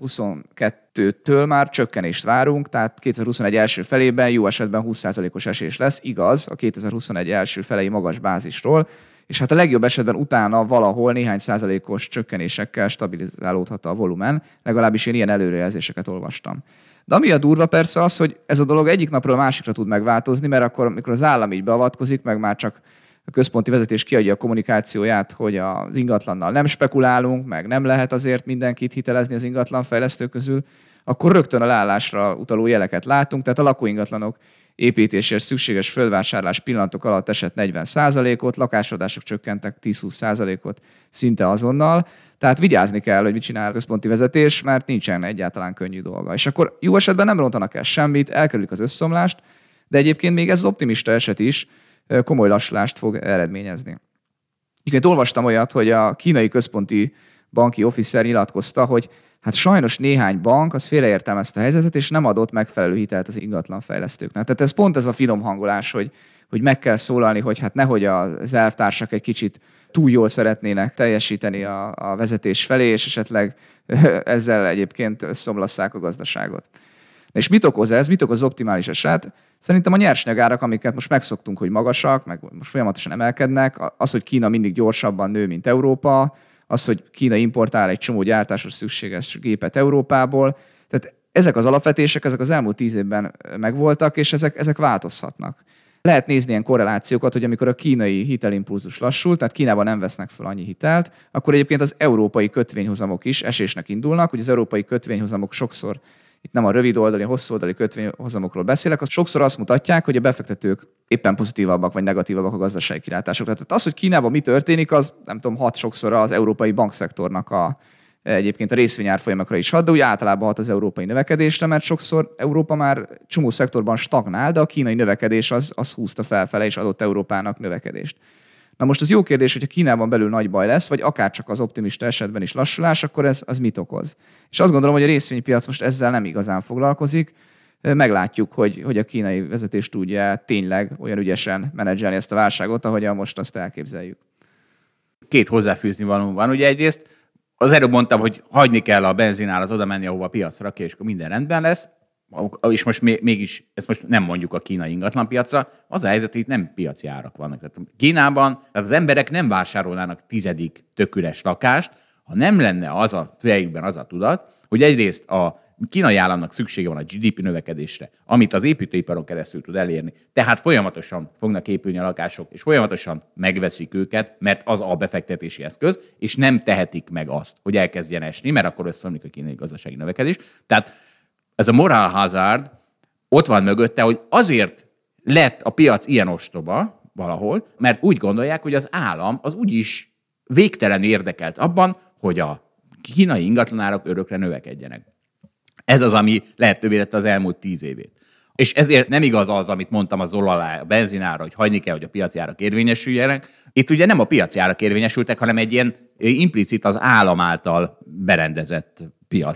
2022-től már csökkenést várunk, tehát 2021 első felében jó esetben 20%-os esés lesz, igaz, a 2021 első felei magas bázisról, és hát a legjobb esetben utána valahol néhány százalékos csökkenésekkel stabilizálódhat a volumen, legalábbis én ilyen előrejelzéseket olvastam. De ami a durva persze az, hogy ez a dolog egyik napról a másikra tud megváltozni, mert akkor, amikor az állam így beavatkozik, meg már csak a központi vezetés kiadja a kommunikációját, hogy az ingatlannal nem spekulálunk, meg nem lehet azért mindenkit hitelezni az ingatlanfejlesztők közül, akkor rögtön a leállásra utaló jeleket látunk, tehát a lakóingatlanok építésért szükséges földvásárlás pillanatok alatt esett 40%-ot, lakásadások csökkentek 10-20%-ot szinte azonnal. Tehát vigyázni kell, hogy mit csinál a központi vezetés, mert nincsen egyáltalán könnyű dolga. És akkor jó esetben nem rontanak el semmit, elkerülik az összeomlást, de egyébként még ez az optimista eset is komoly lassulást fog eredményezni. Egyébként olvastam olyat, hogy a kínai központi banki officer nyilatkozta, hogy hát sajnos néhány bank az félreértelmezte a helyzetet, és nem adott megfelelő hitelt az ingatlanfejlesztőknek. Tehát ez pont ez a finom hangolás, hogy meg kell szólalni, hogy hát nehogy az elvtársak egy kicsit túl jól szeretnének teljesíteni a vezetés felé, és esetleg ezzel egyébként szomlasszák a gazdaságot. És mit okoz ez? Mit okoz az optimális eset? Szerintem a nyersanyagárak, amiket most megszoktunk, hogy magasak, meg most folyamatosan emelkednek, az, hogy Kína mindig gyorsabban nő, mint Európa, az, hogy Kína importál egy csomó gyártásra szükséges gépet Európából. Tehát ezek az alapvetések, ezek az elmúlt 10 évben megvoltak, és ezek változhatnak. Lehet nézni ilyen korrelációkat, hogy amikor a kínai hitelimpulzus lassul, tehát Kínában nem vesznek fel annyi hitelt, akkor egyébként az európai kötvényhozamok is esésnek indulnak. Ugye az európai kötvényhozamok sokszor, itt nem a rövid oldali, a hosszú oldali kötvényhozamokról beszélek, az sokszor azt mutatják, hogy a befektetők éppen pozitívabbak vagy negatívabbak a gazdasági kilátások. Tehát az, hogy Kínában mi történik, az nem tudom, hat sokszor az európai bankszektornak egyébként a részvényárfolyamokra is hat, de úgy általában hat az európai növekedésre, mert sokszor Európa már csomó szektorban stagnál, de a kínai növekedés az húzta felfele és adott Európának növekedést. Na most az jó kérdés, hogyha Kínában belül nagy baj lesz, vagy akár csak az optimista esetben is lassulás, akkor az mit okoz? És azt gondolom, hogy a részvénypiac most ezzel nem igazán foglalkozik. Meglátjuk, hogy a kínai vezetés tudja tényleg olyan ügyesen menedzselni ezt a válságot, ahogyan most azt elképzeljük. Két hozzáfűzni való van. Ugye egyrészt az előbb mondtam, hogy hagyni kell a benzinárat oda menni, ahova a piacra ki, és akkor minden rendben lesz. És most mégis, ezt most nem mondjuk a kínai ingatlanpiacra, az a helyzet, hogy itt nem piaci árak vannak. Tehát Kínában tehát az emberek nem vásárolnának 10. tök üres lakást, ha nem lenne az a fejükben az a tudat, hogy egyrészt a kínai államnak szüksége van a GDP növekedésre, amit az építőiparon keresztül tud elérni. Tehát folyamatosan fognak épülni a lakások, és folyamatosan megveszik őket, mert az a befektetési eszköz, és nem tehetik meg azt, hogy elkezdjen esni, mert akkor összeomlik a kínai gazdasági növekedés. Tehát ez a moral hazard ott van mögötte, hogy azért lett a piac ilyen ostoba valahol, mert úgy gondolják, hogy az állam az úgyis végtelen érdekelt abban, hogy a kínai ingatlanárak örökre növekedjenek. Ez az, ami lehetővé tette az elmúlt 10 évét. És ezért nem igaz az, amit mondtam az olaj, a benzinára, hogy hagyni kell, hogy a piaci árak érvényesüljenek. Itt ugye nem a piaci árak érvényesültek, hanem egy ilyen implicit az állam által berendezett piac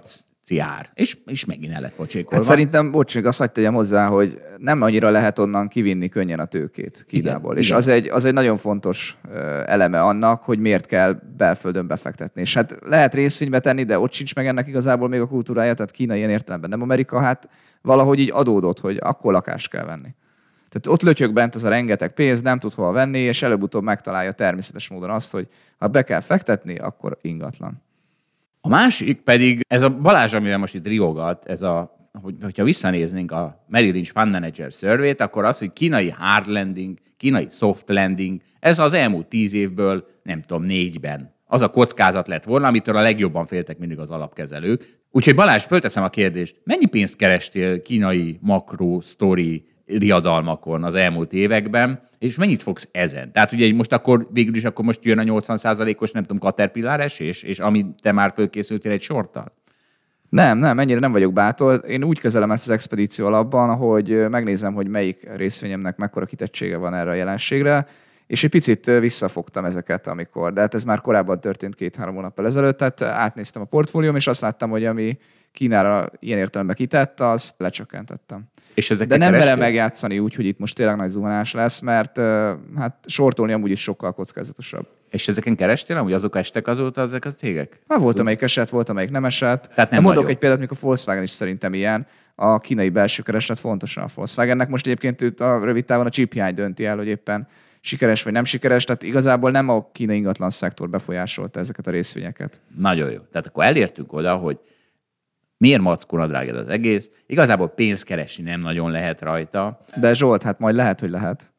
ciár. És megint el lett pocsékolva. Hát szerintem, bocs, még azt hagyd tegyem hozzá, hogy nem annyira lehet onnan kivinni könnyen a tőkét Kínából. Igen, és igen. Az egy nagyon fontos eleme annak, hogy miért kell belföldön befektetni. És hát lehet részvénybe tenni, de ott sincs meg ennek igazából még a kultúrája, tehát Kína ilyen értelemben nem Amerika, hát valahogy így adódott, hogy akkor lakást kell venni. Tehát ott lötyög bent az a rengeteg pénz, nem tud hova venni, és előbb-utóbb megtalálja természetes módon azt, hogy ha be kell fektetni, akkor ingatlan. A másik pedig, ez a Balázs, amivel most itt riogat, hogyha visszanéznénk a Merrill Lynch Fund Manager Survey-t, akkor az, hogy kínai hard landing, kínai soft landing, ez az elmúlt 10 évből, nem tudom, 4-ben. Az a kockázat lett volna, amitől a legjobban féltek mindig az alapkezelők. Úgyhogy Balázs, fölteszem a kérdést, mennyi pénzt kerestél kínai makro sztori riadalmakon az elmúlt években, és mennyit fogsz ezen? Tehát ugye most akkor végül is akkor most jön a 80%-os, nem tudom, Caterpillar esés, és amit te már fölkészültél egy sorttal? Nem, ennyire nem vagyok bátor. Én úgy kezelem ezt az expedíció alapban, hogy megnézem, hogy melyik részvényemnek mekkora kitettsége van erre a jelenségre, és egy picit visszafogtam ezeket, de hát ez már korábban történt 2-3 hónappal ezelőtt, tehát átnéztem a portfólióm, és azt láttam, hogy ami Kínára ilyen értelemben kitett, azt lecsökkentettem. De nem vele megjátszani úgy, hogy itt most tényleg nagy zuhanás lesz, mert hát sortolni amúgy is sokkal kockázatosabb. És ezeken kerestél, amúgy azok estek azóta ezek a cégek? Hát volt, amelyik esett, volt, amelyik nem esett. Tehát nem mondok egy példát, mikor a Volkswagen is szerintem ilyen. A kínai belső kereslet fontosan a Volkswagennek. Most egyébként őt a rövid távon a chip hiány dönti el, hogy éppen sikeres vagy nem sikeres. Tehát igazából nem a kínai ingatlan szektor befolyásolta ezeket a részvényeket. Nagyon jó. Tehát akkor elértünk oda, hogy miért mackóna drága az egész? Igazából pénzt keresni nem nagyon lehet rajta. De Zsolt, hát majd lehet, hogy lehet.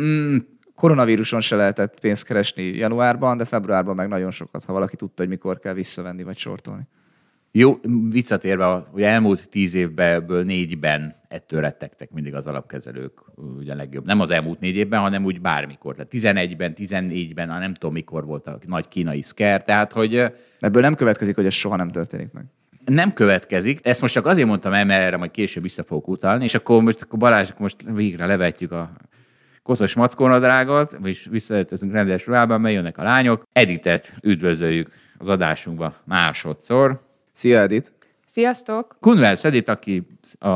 Koronavíruson se lehetett pénzt keresni januárban, de februárban meg nagyon sokat, ha valaki tudta, hogy mikor kell visszavenni vagy sortolni. Jó, visszatérve, hogy elmúlt 10 évből 4-ben ettől rettegtek mindig az alapkezelők, ugye legjobb. Nem az elmúlt 4 évben, hanem úgy bármikor. Tehát 11-ben, 14-ben, nem tudom mikor volt a nagy kínai scare, tehát hogy... Ebből nem következik, hogy ez soha nem történik meg. Nem következik. Ezt most csak azért mondtam el, mert erre majd később vissza fogok utalni, és akkor Balázs, most végre levetjük a koszos mackónadrágot, és visszaöltözünk rendes ruhában, mert jönnek a lányok. Editet üdvözöljük az adásunkba másodszor. Szia, Edit! Sziasztok! Kunvels Edit, aki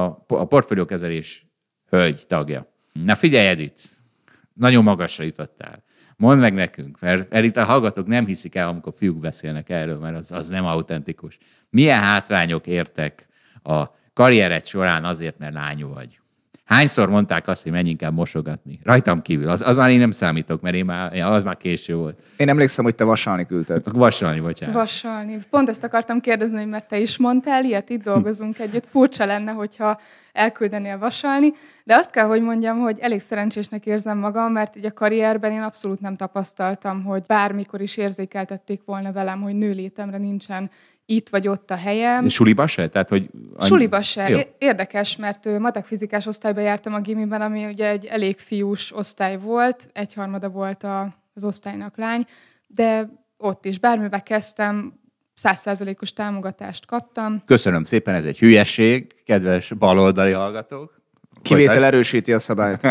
a portfóliókezelés hölgy tagja. Na figyelj, Edit! Nagyon magasra jutottál. Mondd meg nekünk, mert itt a hallgatók nem hiszik el, amikor fiúk beszélnek erről, mert az nem autentikus. Milyen hátrányok értek a karriered során azért, mert lány vagy? Hányszor mondták azt, hogy menj inkább mosogatni? Rajtam kívül. Az már én nem számítok, mert az már késő volt. Én emlékszem, hogy te vasalni küldted. Vasalni, bocsánat. Vasalni. Pont ezt akartam kérdezni, hogy mert te is mondtál ilyet, itt dolgozunk együtt. Furcsa lenne, hogyha elküldenél vasalni. De azt kell, hogy mondjam, hogy elég szerencsésnek érzem magam, mert így a karrierben én abszolút nem tapasztaltam, hogy bármikor is érzékeltették volna velem, hogy nőlétemre nincsen itt vagy ott a helyem. Suliba se? Tehát, hogy Suliba se. Jó. Érdekes, mert matek fizikás osztályba jártam a gimiben, ami ugye egy elég fiús osztály volt, 1/3 volt az osztálynak lány, de ott is bármibe kezdtem, 100%-os támogatást kaptam. Köszönöm szépen, ez egy hülyeség, kedves baloldali hallgatók. Kivétel erősíti a szabályt.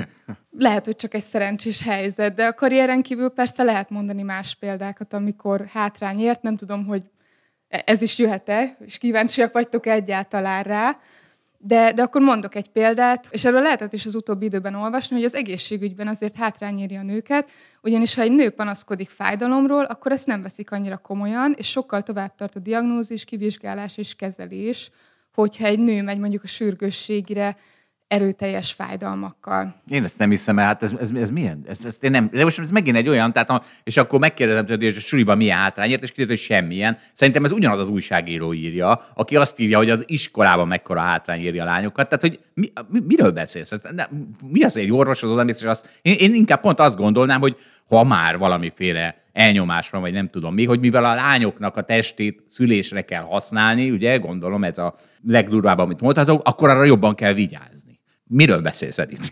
Lehet, hogy csak egy szerencsés helyzet, de a karrieren kívül persze lehet mondani más példákat, amikor hátrány ért, nem tudom, hogy ez is jöhet-e, és kíváncsiak vagytok egyáltalán rá, de akkor mondok egy példát, és erről lehetett is az utóbbi időben olvasni, hogy az egészségügyben azért hátrány éri a nőket, ugyanis ha egy nő panaszkodik fájdalomról, akkor ezt nem veszik annyira komolyan, és sokkal tovább tart a diagnózis, kivizsgálás és kezelés, hogyha egy nő megy mondjuk a sürgősségre, erőteljes fájdalmakkal. Én ezt nem hiszem, mert hát ez milyen? Ez én nem, de most ez megint egy olyan, tehát és akkor megkérdezem, hogy a suliban milyen hátrányért, és kiderült, hogy semmilyen. Szerintem ez ugyanaz az újságíró írja, aki azt írja, hogy az iskolában mekkora hátrány éri a lányokat. Tehát, hogy miről beszélsz? Mi az, egy orvoshoz odamész, és azt... Én inkább pont azt gondolnám, hogy ha már valamiféle elnyomás van, vagy nem tudom mi, hogy mivel a lányoknak a testét szülésre kell használni, ugye, gondolom ez a legdurvább, amit mondhatok, akkor arra jobban kell vigyázni. Miről beszélsz, Edith?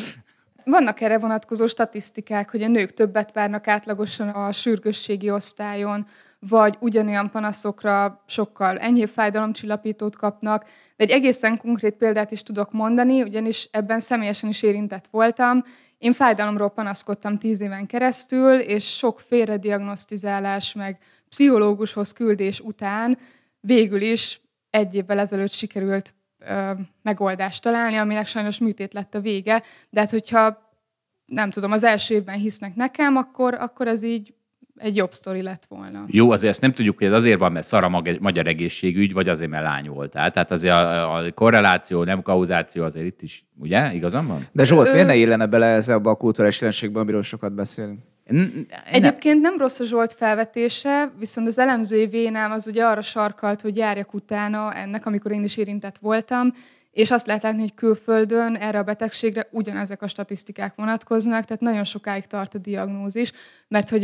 Vannak erre vonatkozó statisztikák, hogy a nők többet várnak átlagosan a sürgősségi osztályon, vagy ugyanolyan panaszokra sokkal enyhébb fájdalomcsillapítót kapnak. De egy egészen konkrét példát is tudok mondani, ugyanis ebben személyesen is érintett voltam. Én fájdalomról panaszkodtam 10 éven keresztül, és sok félrediagnosztizálás, meg pszichológushoz küldés után végül is 1 évvel ezelőtt sikerült megoldást találni, aminek sajnos műtét lett a vége, de hát hogyha nem tudom, az első évben hisznek nekem, akkor ez így egy jobb sztori lett volna. Jó, azért ezt nem tudjuk, hogy ez azért van, mert szar a magyar egészségügy, vagy azért, mert lány voltál. Tehát azért a korreláció, nem kauzáció azért itt is, ugye? Igazam van? De Zsolt, miért ne illene bele ezzel a kulturális jelenségbe, amiről sokat beszélünk? Egyébként nem rossz a Zsolt felvetése, viszont az elemzői vénám az ugye arra sarkalt, hogy járjak utána ennek, amikor én is érintett voltam, és azt lehet látni, hogy külföldön erre a betegségre ugyanezek a statisztikák vonatkoznak, tehát nagyon sokáig tart a diagnózis, mert hogy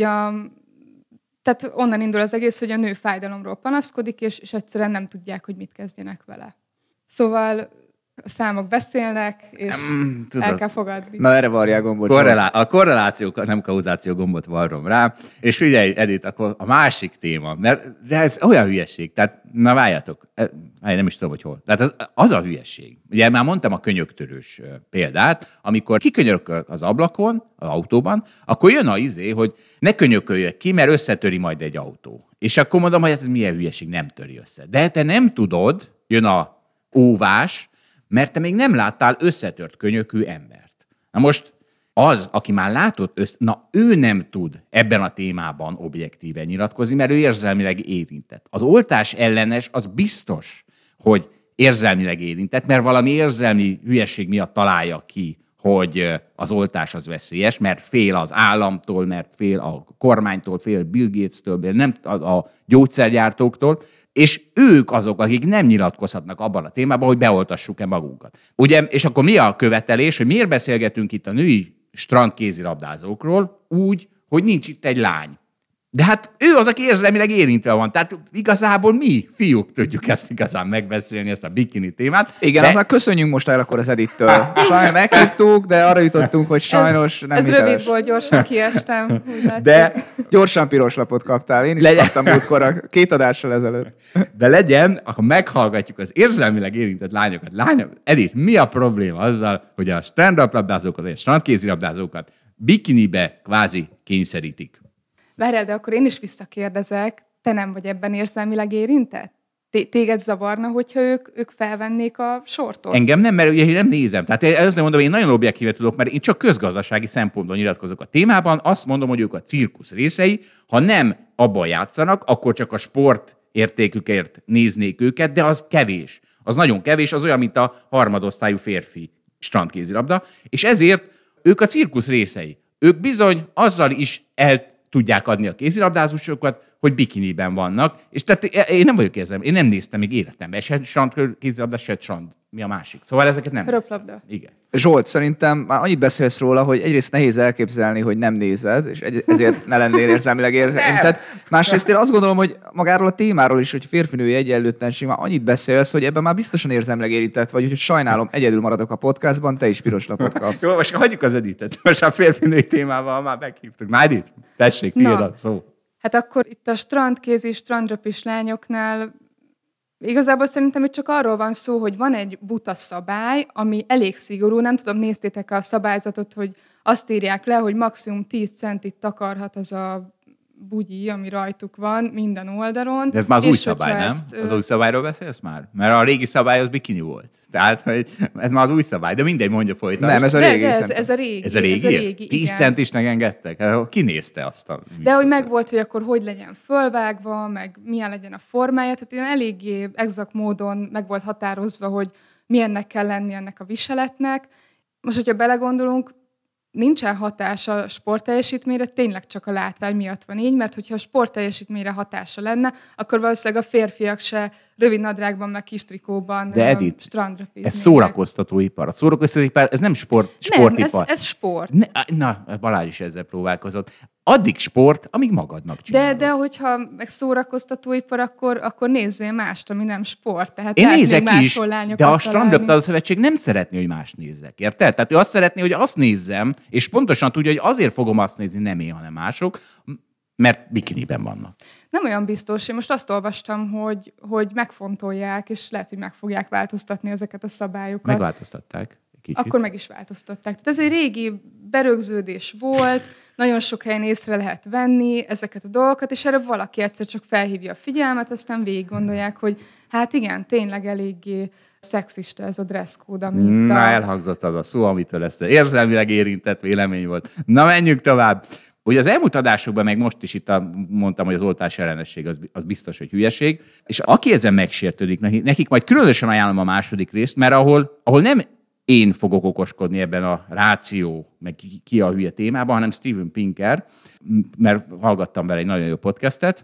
tehát onnan indul az egész, hogy a nő fájdalomról panaszkodik, és egyszerűen nem tudják, hogy mit kezdjenek vele. Szóval a számok beszélnek, és el kell fogadni. Na, erre varjál gombot. A korreláció, nem kauzáció gombot varrom rá. És figyelj, Edith, akkor a másik téma, de ez olyan hülyeség. Tehát, na várjatok, nem is tudom, hogy hol. Tehát az a hülyeség. Ugye már mondtam a könyöktörős példát, amikor kikönyökölök az ablakon, az autóban, akkor jön hogy ne könyököljek ki, mert összetöri majd egy autó. És akkor mondom, hogy ez milyen hülyeség, nem töri össze. De te nem tudod, jön a óvás, mert te még nem láttál összetört könyökű embert. Na most az, aki már látott ő nem tud ebben a témában objektíven nyilatkozni, mert ő érzelmileg érintett. Az oltás ellenes az biztos, hogy érzelmileg érintett, mert valami érzelmi hülyeség miatt találja ki, hogy az oltás az veszélyes, mert fél az államtól, mert fél a kormánytól, fél Bill Gates-től, nem a gyógyszergyártóktól, és ők azok, akik nem nyilatkozhatnak abban a témában, hogy beoltassuk-e magunkat. Ugye, és akkor mi a követelés, hogy miért beszélgetünk itt a női strandkézilabdázókról úgy, hogy nincs itt egy lány. De hát ő az, aki érzelmileg érintve van. Tehát igazából mi, fiúk, tudjuk ezt igazán megbeszélni, ezt a bikini témát. Igen, aznak köszönjünk most el akkor az Edittől. Sajnos meghívtuk, de arra jutottunk, hogy sajnos nem hiteles. Ez rövid volt, gyorsan kiestem. De gyorsan piros lapot kaptál. Én is kaptam múltkor 2 adással ezelőtt. De legyen, akkor meghallgatjuk az érzelmileg érintett lányokat. Edith, mi a probléma azzal, hogy a strandlabdázókat, vagy a strandkézilabdázókat bikinibe kvázi kényszerítik? Várjál, de akkor én is visszakérdezek, te nem vagy ebben érzelmileg érintett? Téged zavarna, hogyha ők felvennék a sortot? Engem nem, mert ugye én nem nézem. Tehát azt nem mondom, én nagyon objektíve tudok, mert én csak közgazdasági szempontból nyilatkozok a témában. Azt mondom, hogy ők a cirkusz részei. Ha nem abban játszanak, akkor csak a sport értékükért néznék őket, de az kevés. Az nagyon kevés, az olyan, mint a harmadosztályú férfi strandkézilabda. És ezért ők a cirkusz részei. Ők bizony azzal is tudják adni a kézilabdázásokat, hogy bikiniben vannak. És tehát én nem vagyok érzem, én nem néztem még életemben. Se strandkézilabda, se strand. Mi a másik? Szóval ezeket nem röplabda. Igen. Zsolt, szerintem már annyit beszélsz róla, hogy egyrészt nehéz elképzelni, hogy nem nézed, és ezért ne lennél érzelmileg érintett. Másrészt én azt gondolom, hogy magáról a témáról is, hogy férfinői egyenlőtlenség, már annyit beszélsz, hogy ebben már biztosan érzelmileg érintett vagy, hogy sajnálom, egyedül maradok a podcastban, te is piros lapot kapsz. Jó, most hagyjuk az Editet. Most a férfinői témával már meghívtuk. Na, Edith, tessék, tiéd a szó. Hát akkor itt a strandkézi, strandröpis lányoknál igazából szerintem itt csak arról van szó, hogy van egy buta szabály, ami elég szigorú, nem tudom, néztétek a szabályzatot, hogy azt írják le, hogy maximum 10 centit takarhat az a bugyi, ami rajtuk van minden oldalon. De ez már az új szabály, nem? Az új szabályról beszélsz már? Mert a régi szabály az bikini volt. Tehát, hogy ez már az új szabály, de mindegy, mondja folytatni. Nem, ez a régi. Ez a régi. Ez a régi? 10 centisnek engedtek? Ki nézte azt a... De hogy megvolt, hogy akkor hogy legyen fölvágva, meg milyen legyen a formája, tehát ilyen eléggé exakt módon meg volt határozva, hogy milyennek kell lenni ennek a viseletnek. Most, hogyha belegondolunk, nincsen hatás a sportteljesítményre, tényleg csak a látvány miatt van így, mert hogyha a sportteljesítményre hatása lenne, akkor valószínűleg a férfiak se rövid nadrágban, meg kis trikóban strandra piznének. Ez szórakoztatóipar. A szórakoztatóipar, ez nem sportipar. Nem, ez sport. Na, Balázs is ezzel próbálkozott. Addig sport, amíg magadnak csinálod. De hogyha meg szórakoztatóipar, akkor nézzél mást, ami nem sport. Tehát én nézek is, de a Strandlabdázó Szövetség nem szeretné, hogy más nézzek. Érted? Tehát ő azt szeretné, hogy azt nézzem, és pontosan tudja, hogy azért fogom azt nézni, nem én, hanem mások, mert bikiniben vannak. Nem olyan biztos. Én most azt olvastam, hogy megfontolják, és lehet, hogy meg fogják változtatni ezeket a szabályokat. Megváltoztatták. Kicsit. Akkor meg is változtatták. Tehát ez egy régi berögződés volt, nagyon sok helyen észre lehet venni ezeket a dolgokat, és erre valaki egyszer csak felhívja a figyelmet, aztán végig gondolják, hogy hát igen, tényleg eléggé szexista ez a dresscode, ami Na, elhangzott az a szó, amitől ezt érzelmileg érintett vélemény volt. Na, menjünk tovább. Ugye az elmúlt adásokban, meg most is itt mondtam, hogy az oltás ellenesség az biztos, hogy hülyeség, és aki ezen megsértődik, nekik majd különösen ajánlom a második részt, mert ahol nem én fogok okoskodni ebben a ráció, meg ki a hülye témában, hanem Steven Pinker, mert hallgattam vele egy nagyon jó podcastet.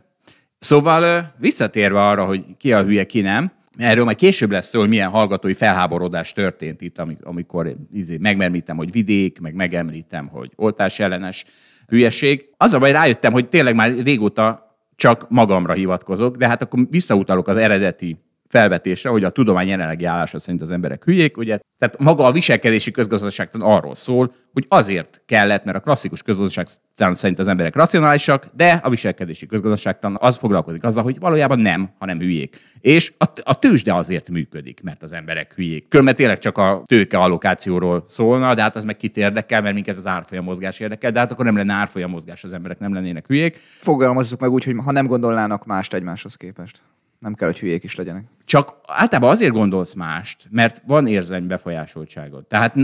Szóval visszatérve arra, hogy ki a hülye, ki nem, erről majd később lesz szó, hogy milyen hallgatói felháborodás történt itt, amikor megemlítem, hogy vidék, meg megemlítem, hogy oltás ellenes hülyeség. Az a baj, rájöttem, hogy tényleg már régóta csak magamra hivatkozok, de hát akkor visszautalok az eredeti felvetésre, hogy a tudomány jelenlegi állása szerint az emberek hülyék, ugye? Tehát maga a viselkedési közgazdaságtan arról szól, hogy azért kellett, mert a klasszikus közgazdaságtan szerint az emberek racionálisak, de a viselkedési közgazdaságtan az foglalkozik azzal, hogy valójában nem, hanem hülyék. És a tőzsde azért működik, mert az emberek hülyék. Különben tényleg csak a tőke allokációról szólna, de hát az meg kit érdekel, mert minket az árfolyam mozgás érdekel, de hát akkor nem lenne árfolyam mozgás, az emberek nem lennének hülyék. Fogalmazzuk meg úgy, hogy ha nem gondolnának mást egymáshoz képest. Nem kell, hogy hülyék is legyenek. Csak általában azért gondolsz mást, mert van érzelmi befolyásoltságod. Tehát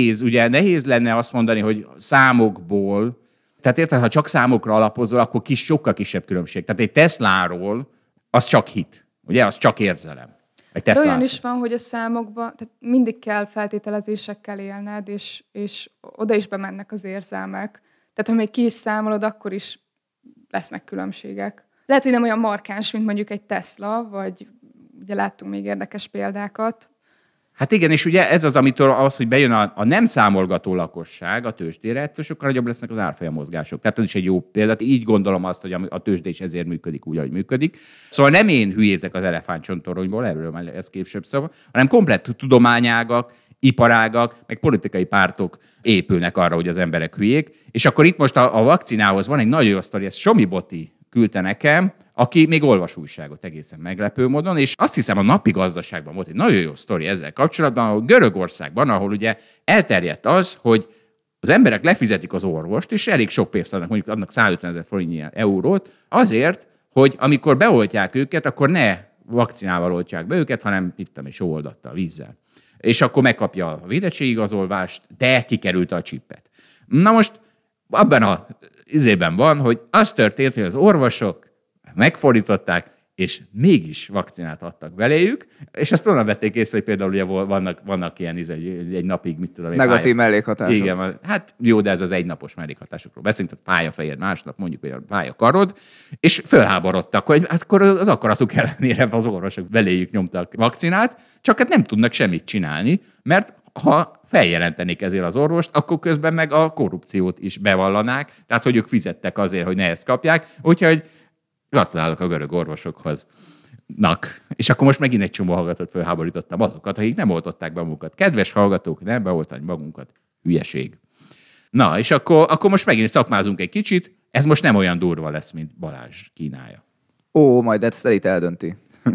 nehéz lenne azt mondani, hogy számokból, tehát érted, ha csak számokra alapozol, akkor sokkal kisebb különbség. Tehát egy Tesláról az csak hit, ugye, az csak érzelem. De olyan is van, hogy a számokban, tehát mindig kell feltételezésekkel élned, és oda is bemennek az érzelmek. Tehát ha még ki is számolod, akkor is lesznek különbségek. Lehet, hogy nem olyan markáns, mint mondjuk egy Tesla, vagy ugye láttunk még érdekes példákat. Hát igen, és ugye ez az, amitől az, hogy bejön a nem számolgató lakosság a tőzsdére, ettől sokkal nagyobb lesznek az árfolyam mozgások. Tehát ez is egy jó példa. Így gondolom azt, hogy a tőzsde is ezért működik úgy, ahogy működik. Szóval nem én hülyézek az elefántcsontoronyból, erről már ez később szó, hanem komplett tudományágak, iparágak, meg politikai pártok épülnek arra, hogy az emberek hülyék. És akkor itt most a vakcinához van egy nagyon jó sztori, ez Somi Boti küldte nekem, aki még olvas újságot egészen meglepő módon, és azt hiszem a Napi Gazdaságban volt egy nagyon jó sztori ezzel kapcsolatban, ahol Görögországban, ahol ugye elterjedt az, hogy az emberek lefizetik az orvost, és elég sok pénzt adnak, mondjuk adnak 150 000 forintnyi eurót, azért, hogy amikor beoltják őket, akkor ne vakcinával oltják be őket, hanem sóoldattal, vízzel. És akkor megkapja a védettségigazolvást, de kikerült a csippet. Na most abban a izében van, hogy az történt, hogy az orvosok megfordították, és mégis vakcinát adtak beléjük, és azt onnan vették észre, hogy például ugye vannak ilyen egy napig, mit tudom én. Negatív mellékhatások. Igen, hát jó, de ez az egynapos mellékhatásokról beszélünk, tehát fáj a fejed másnap, mondjuk, hogy fáj a karod, és fölháborodtak, hogy hát akkor az akaratuk ellenére az orvosok beléjük nyomtak vakcinát, csak hát nem tudnak semmit csinálni, mert ha feljelentenék ezért az orvost, akkor közben meg a korrupciót is bevallanák, tehát hogy ők fizettek azért, hogy ne ezt kapják, úgyhogy gratulálok a görög orvosokhoz. És akkor most megint egy csomó hallgatót felháborítottam azokat, akik nem oltották be magukat. Kedves hallgatók, nem beoltani magunkat. Hülyeség. Na, és akkor most megint szakmázunk egy kicsit. Ez most nem olyan durva lesz, mint Balázs Kínája. Majd ezt itt eldönti.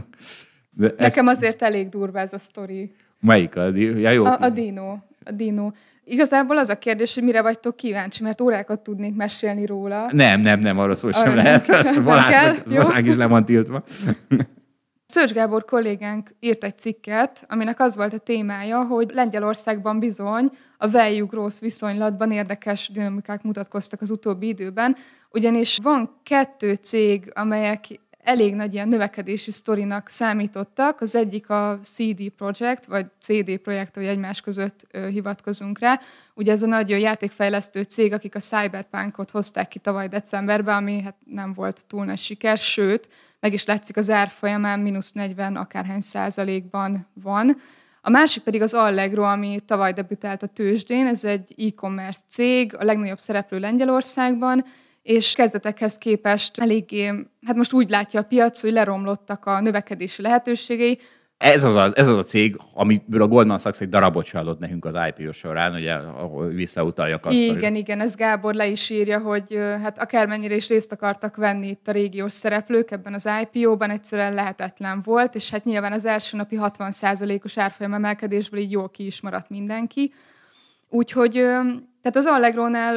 Nekem azért elég durva ez a sztori. Melyik? A Dino. Igazából az a kérdés, hogy mire vagytok kíváncsi, mert órákat tudnék mesélni róla. Nem, arra szó sem lehet. Balázs is le van tiltva. Szőcs Gábor kollégánk írt egy cikket, aminek az volt a témája, hogy Lengyelországban bizony a value growth viszonylatban érdekes dinamikák mutatkoztak az utóbbi időben, ugyanis van 2 cég, amelyek elég nagy ilyen növekedési sztorinak számítottak. Az egyik a CD Projekt, vagy CD Projekt, hogy egymás között hivatkozunk rá. Ugye ez a nagy játékfejlesztő cég, akik a Cyberpunkot hozták ki tavaly decemberben, ami hát nem volt túl nagy siker, sőt, meg is látszik az árfolyamán -40 akárhány százalékban van. A másik pedig az Allegro, ami tavaly debütált a tőzsdén, ez egy e-commerce cég, a legnagyobb szereplő Lengyelországban, és kezdetekhez képest eléggé, hát most úgy látja a piac, hogy leromlottak a növekedési lehetőségei. Ez az a cég, amiből a Goldman Sachs egy darabot se adott nekünk az IPO során, ugye, ahol visszautaljak azt. Igen, ez Gábor le is írja, hogy hát akármennyire is részt akartak venni itt a régiós szereplők ebben az IPO-ban, egyszerűen lehetetlen volt, és hát nyilván az első napi 60%-os árfolyam emelkedésből így jól ki is maradt mindenki. Úgyhogy tehát az Allegrónál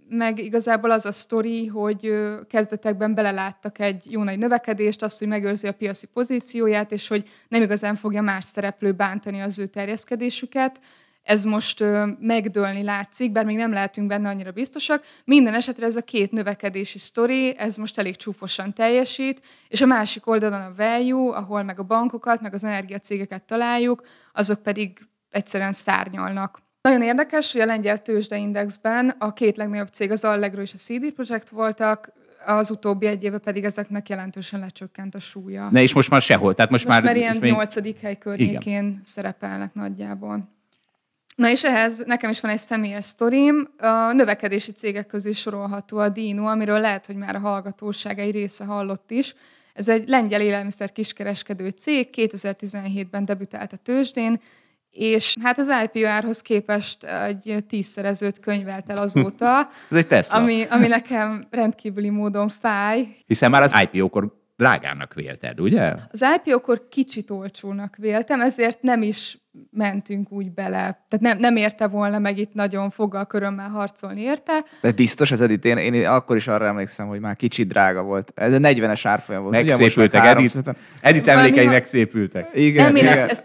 meg igazából az a sztori, hogy kezdetekben beleláttak egy jó nagy növekedést, azt, hogy megőrzi a piaci pozícióját, és hogy nem igazán fogja más szereplő bántani az ő terjeszkedésüket. Ez most megdőlni látszik, bár még nem lehetünk benne annyira biztosak. Minden esetre ez a két növekedési sztori, ez most elég csúfosan teljesít, és a másik oldalon a value, ahol meg a bankokat, meg az energiacégeket találjuk, azok pedig egyszerűen szárnyalnak. Nagyon érdekes, hogy a lengyel tőzsdeindexben a két legnagyobb cég, az Allegro és a CD Projekt voltak, az utóbbi egy éve pedig ezeknek jelentősen lecsökkent a súlya. Ne, és most már sehol. Tehát most már ilyen 8. hely környékén igen. szerepelnek nagyjából. Na és ehhez nekem is van egy személyes sztorim. A növekedési cégek közé sorolható a Dino, amiről lehet, hogy már a hallgatóság egy része hallott is. Ez egy lengyel élelmiszer kiskereskedő cég, 2017-ben debütált a tőzsdén, és hát az IPO árhoz képest egy 10-szerezőt könyvelt el azóta, ez egy Tesla. Ami nekem rendkívüli módon fáj. Hiszen már az IPO-kor drágának vélted, ugye? Az IPO-kor kicsit olcsónak véltem, ezért nem is mentünk úgy bele. Tehát nem érte volna meg itt nagyon foggal körömmel harcolni érte. De biztos ez Edith, én akkor is arra emlékszem, hogy már kicsit drága volt. Ez a 40-es árfolyam volt. Megszépültek, Edith emlékei megszépültek. Igen, én ezt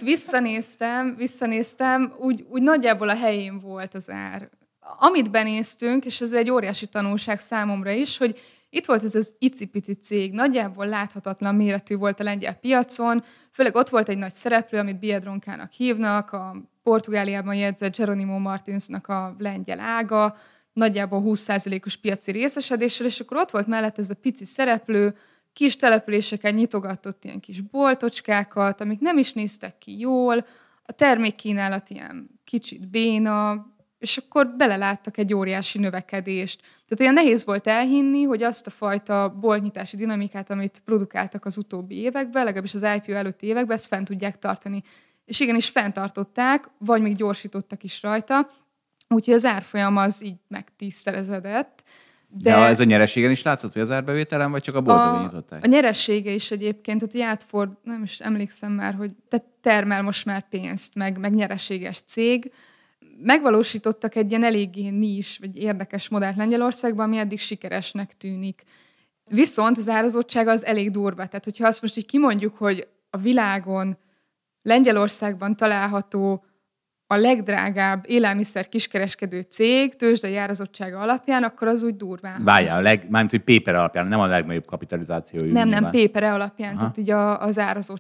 visszanéztem, úgy nagyjából a helyén volt az ár. Amit benéztünk, és ez egy óriási tanulság számomra is, hogy itt volt ez az icipici cég, nagyjából láthatatlan méretű volt a lengyel piacon, főleg ott volt egy nagy szereplő, amit Biedronkának hívnak, a Portugáliában jegyzett Jerónimo Martinsnak a lengyel ága, nagyjából 20%-os piaci részesedéssel, és akkor ott volt mellett ez a pici szereplő, kis településeken nyitogatott ilyen kis boltocskákat, amik nem is néztek ki jól, a termékkínálat ilyen kicsit béna, és akkor beleláttak egy óriási növekedést. Tehát olyan nehéz volt elhinni, hogy azt a fajta boltnyitási dinamikát, amit produkáltak az utóbbi években, legalábbis az IPO előtti években, ezt fent tudják tartani. És igenis fenntartották, vagy még gyorsítottak is rajta, úgyhogy az árfolyam az így meg 10-szerezedett. De ez a nyereségen is látszott, hogy az árbevételen, vagy csak a boltban nyitották? A nyeressége is egyébként, tehát Játford, nem is emlékszem már, hogy termel most már pénzt, meg nyereséges cég. Megvalósítottak egy ilyen eléggé nis, vagy érdekes modellt Lengyelországban, ami eddig sikeresnek tűnik. Viszont az árazottsága az elég durva. Tehát, hogyha azt most így kimondjuk, hogy a világon Lengyelországban található a legdrágább élelmiszer kiskereskedő cég tőzsdei árazottsága alapján, akkor az úgy durván. Várjál, mármint, hogy PPR alapján, nem a legnagyobb kapitalizációjú. Nem, PPR alapján, tehát így az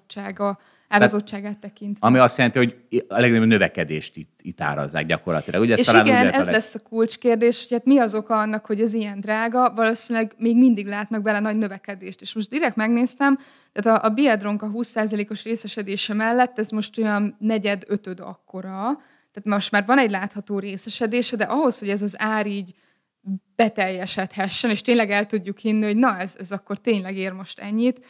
árazottságát tekintve. Ami azt jelenti, hogy a legnagyobb növekedést itt árazzák gyakorlatilag. Ugye, és igen, ez lesz a kulcskérdés, hogy hát mi az oka annak, hogy ez ilyen drága, valószínűleg még mindig látnak bele nagy növekedést. És most direkt megnéztem, tehát a Biedronka 20%-os részesedése mellett ez most olyan 4/5 akkora, tehát most már van egy látható részesedése, de ahhoz, hogy ez az ár így beteljesedhessen, és tényleg el tudjuk hinni, hogy na, ez akkor tényleg ér most ennyit,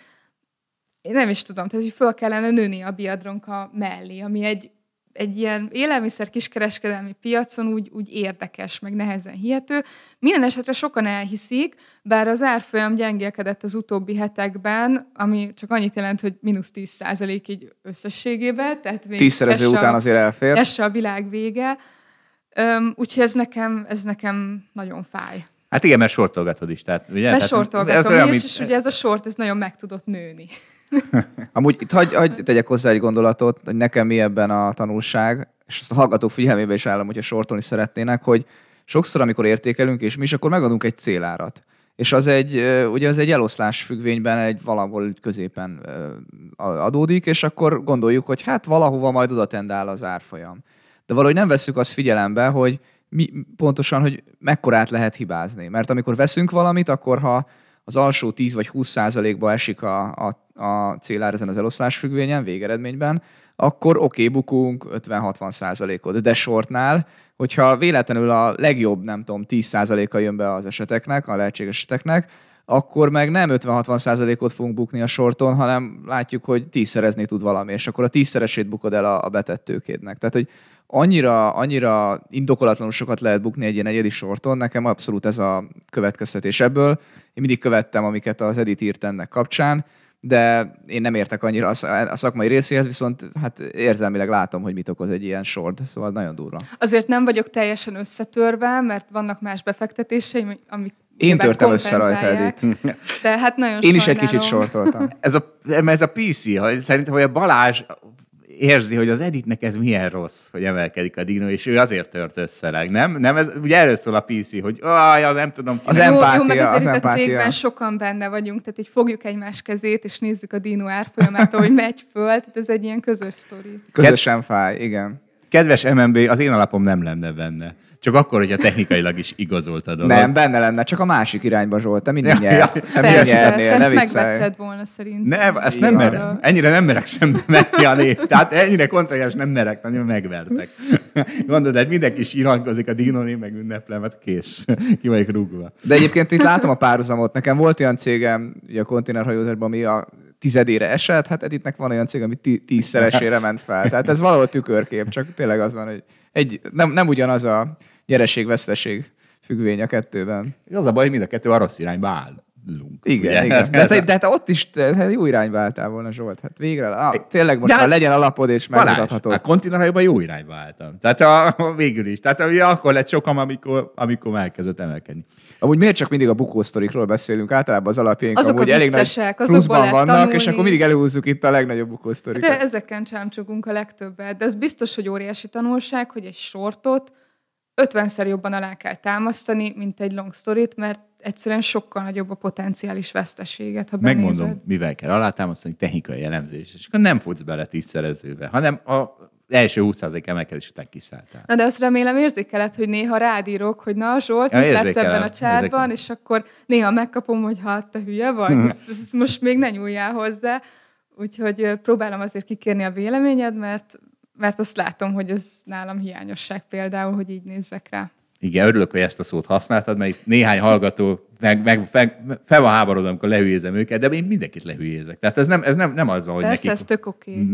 én nem is tudom, tehát hogy föl kellene nőni a Biedronka mellé, ami egy ilyen élelmiszer kiskereskedelmi piacon úgy érdekes, meg nehezen hihető. Minden esetre sokan elhiszik, bár az árfolyam gyengélkedett az utóbbi hetekben, ami csak annyit jelent, hogy -10% így összességében. 10-szerező után azért elfér. Ez se a világ vége. Úgyhogy ez nekem nagyon fáj. Hát igen, mert sortolgatod is. Tehát, ugye? Mert sortolgatom is, és ugye ez a short, ez nagyon meg tudott nőni. Amúgy itt hagyj tegyek hozzá egy gondolatot, hogy nekem mi ebben a tanulság, és ezt a hallgatók figyelmébe is állom, hogyha sortolni szeretnének, hogy sokszor, amikor értékelünk, és mi is, akkor megadunk egy célárat. És az ugye az egy eloszlás függvényben egy valahol középen adódik, és akkor gondoljuk, hogy hát valahova majd oda tendál az árfolyam. De valahogy nem vesszük azt figyelembe, hogy pontosan, hogy mekkorát lehet hibázni. Mert amikor veszünk valamit, akkor ha az alsó 10 vagy 20%-ba esik a célár ezen az eloszlás függvényen, végeredményben, akkor bukunk 50-60%-ot. De shortnál, hogyha véletlenül a legjobb, nem tudom, 10%-a jön be az eseteknek, a lehetséges eseteknek, akkor meg nem 50-60%-ot fogunk bukni a shorton, hanem látjuk, hogy 10-szerezni tud valami, és akkor a 10-szeresét bukod el a betett tőkédnek. Tehát, hogy annyira indokolatlanul sokat lehet bukni egy ilyen egyedi shorton, nekem abszolút ez a következtetés ebből. Én mindig követtem, amiket az Edith írt ennek kapcsán, de én nem értek annyira a szakmai részéhez, viszont hát érzelmileg látom, hogy mit okoz egy ilyen short, szóval nagyon durva. Azért nem vagyok teljesen összetörve, mert vannak más befektetéseim, amik Én törtem össze rajta, Edith. De hát nagyon Én is egy sajnálom. kicsit sortoltam. Ez a PC, szerintem, hogy a Balázs érzi, hogy az Editnek ez milyen rossz, hogy emelkedik a Dino, és ő azért tört össze, nem? Ez, ugye erről szól a PC, hogy az nem tudom. Az Jó, empátia, meg azért az itt a empátia. cégben sokan benne vagyunk, tehát így fogjuk egymás kezét, és nézzük a Dino árfolyamát, ahogy megy föl, tehát ez egy ilyen közös sztori. Közösen fáj, igen. Kedves MNB, az én alapom nem lenne benne. Csak akkor, hogyha technikailag is igazolt a dolog. Nem, benne lenne, csak a másik irányba, Zsolt. Te mindig Ja, nyersz. ja. Te mindig Persze, nyernél, te ne ezt viccelj. megvetted volna szerintem. Nem, ezt nem Igen. merem. Ennyire nem merek szembe menni a név. Tehát ennyire kontrajás nem merek, nagyon megvertek. Gondolod, hogy mindenki síralkozik a Dinóné, meg ünneplemet, kész. Ki vagyok rúgva. De egyébként itt látom a párhuzamot. Nekem volt olyan cégem, ugye a konténerhajózásban, ami a 10-ére esett, hát Editnek van olyan cég, ami 10-szeresére ment fel. Tehát ez valahol tükörkép, csak tényleg az van, hogy nem ugyanaz a nyereség-veszteség függvény a kettőben. Az a baj, hogy mind a kettő a rossz irányba állunk. Igen, ugye? igen. De hát ott is jó irányba álltál volna, Zsolt. Hát végre, tényleg most De már hát- legyen alapod és Balázs, megmutathatod. a kontinarajban jó irányba álltam. Tehát végül is. Tehát ugye akkor lett sokam, amikor elkezdett emelkedni. Amúgy miért csak mindig a bukósztorikról beszélünk? Általában az alapjaink Azok amúgy a elég nagy viccesek, azokból pluszban lehet vannak, tanulni. és akkor mindig előhúzzuk itt a legnagyobb De bukósztorikat. ezeken csámcsogunk a legtöbbet. De ez biztos, hogy óriási tanulság, hogy egy sortot 50-szer jobban alá kell támasztani, mint egy long storyt, mert egyszerűen sokkal nagyobb a potenciális veszteséget, ha benézed. Megmondom, mivel kell alátámasztani, technikai elemzés. És akkor nem futsz bele 10-szerezőbe, hanem az első 20% emelkedés után kiszálltál. Na de azt remélem érzékeled, hogy néha rád írok, hogy na Zsolt, Ja, mit látsz érzékelem, ebben a csártban, érzékelem. és akkor néha megkapom, hogy ha te hülye vagy, ezt most még ne nyúljál hozzá. Úgyhogy próbálom azért kikérni a véleményed, mert azt látom, hogy ez nálam hiányosság például, hogy így nézzek rá. Igen, örülök, hogy ezt a szót használtad, mert itt néhány hallgató fel van háborodva, amikor lehülyézem őket, de én mindenkit lehülyézek. Tehát ez nem az van, hogy Persze, nekik... ez tök oké.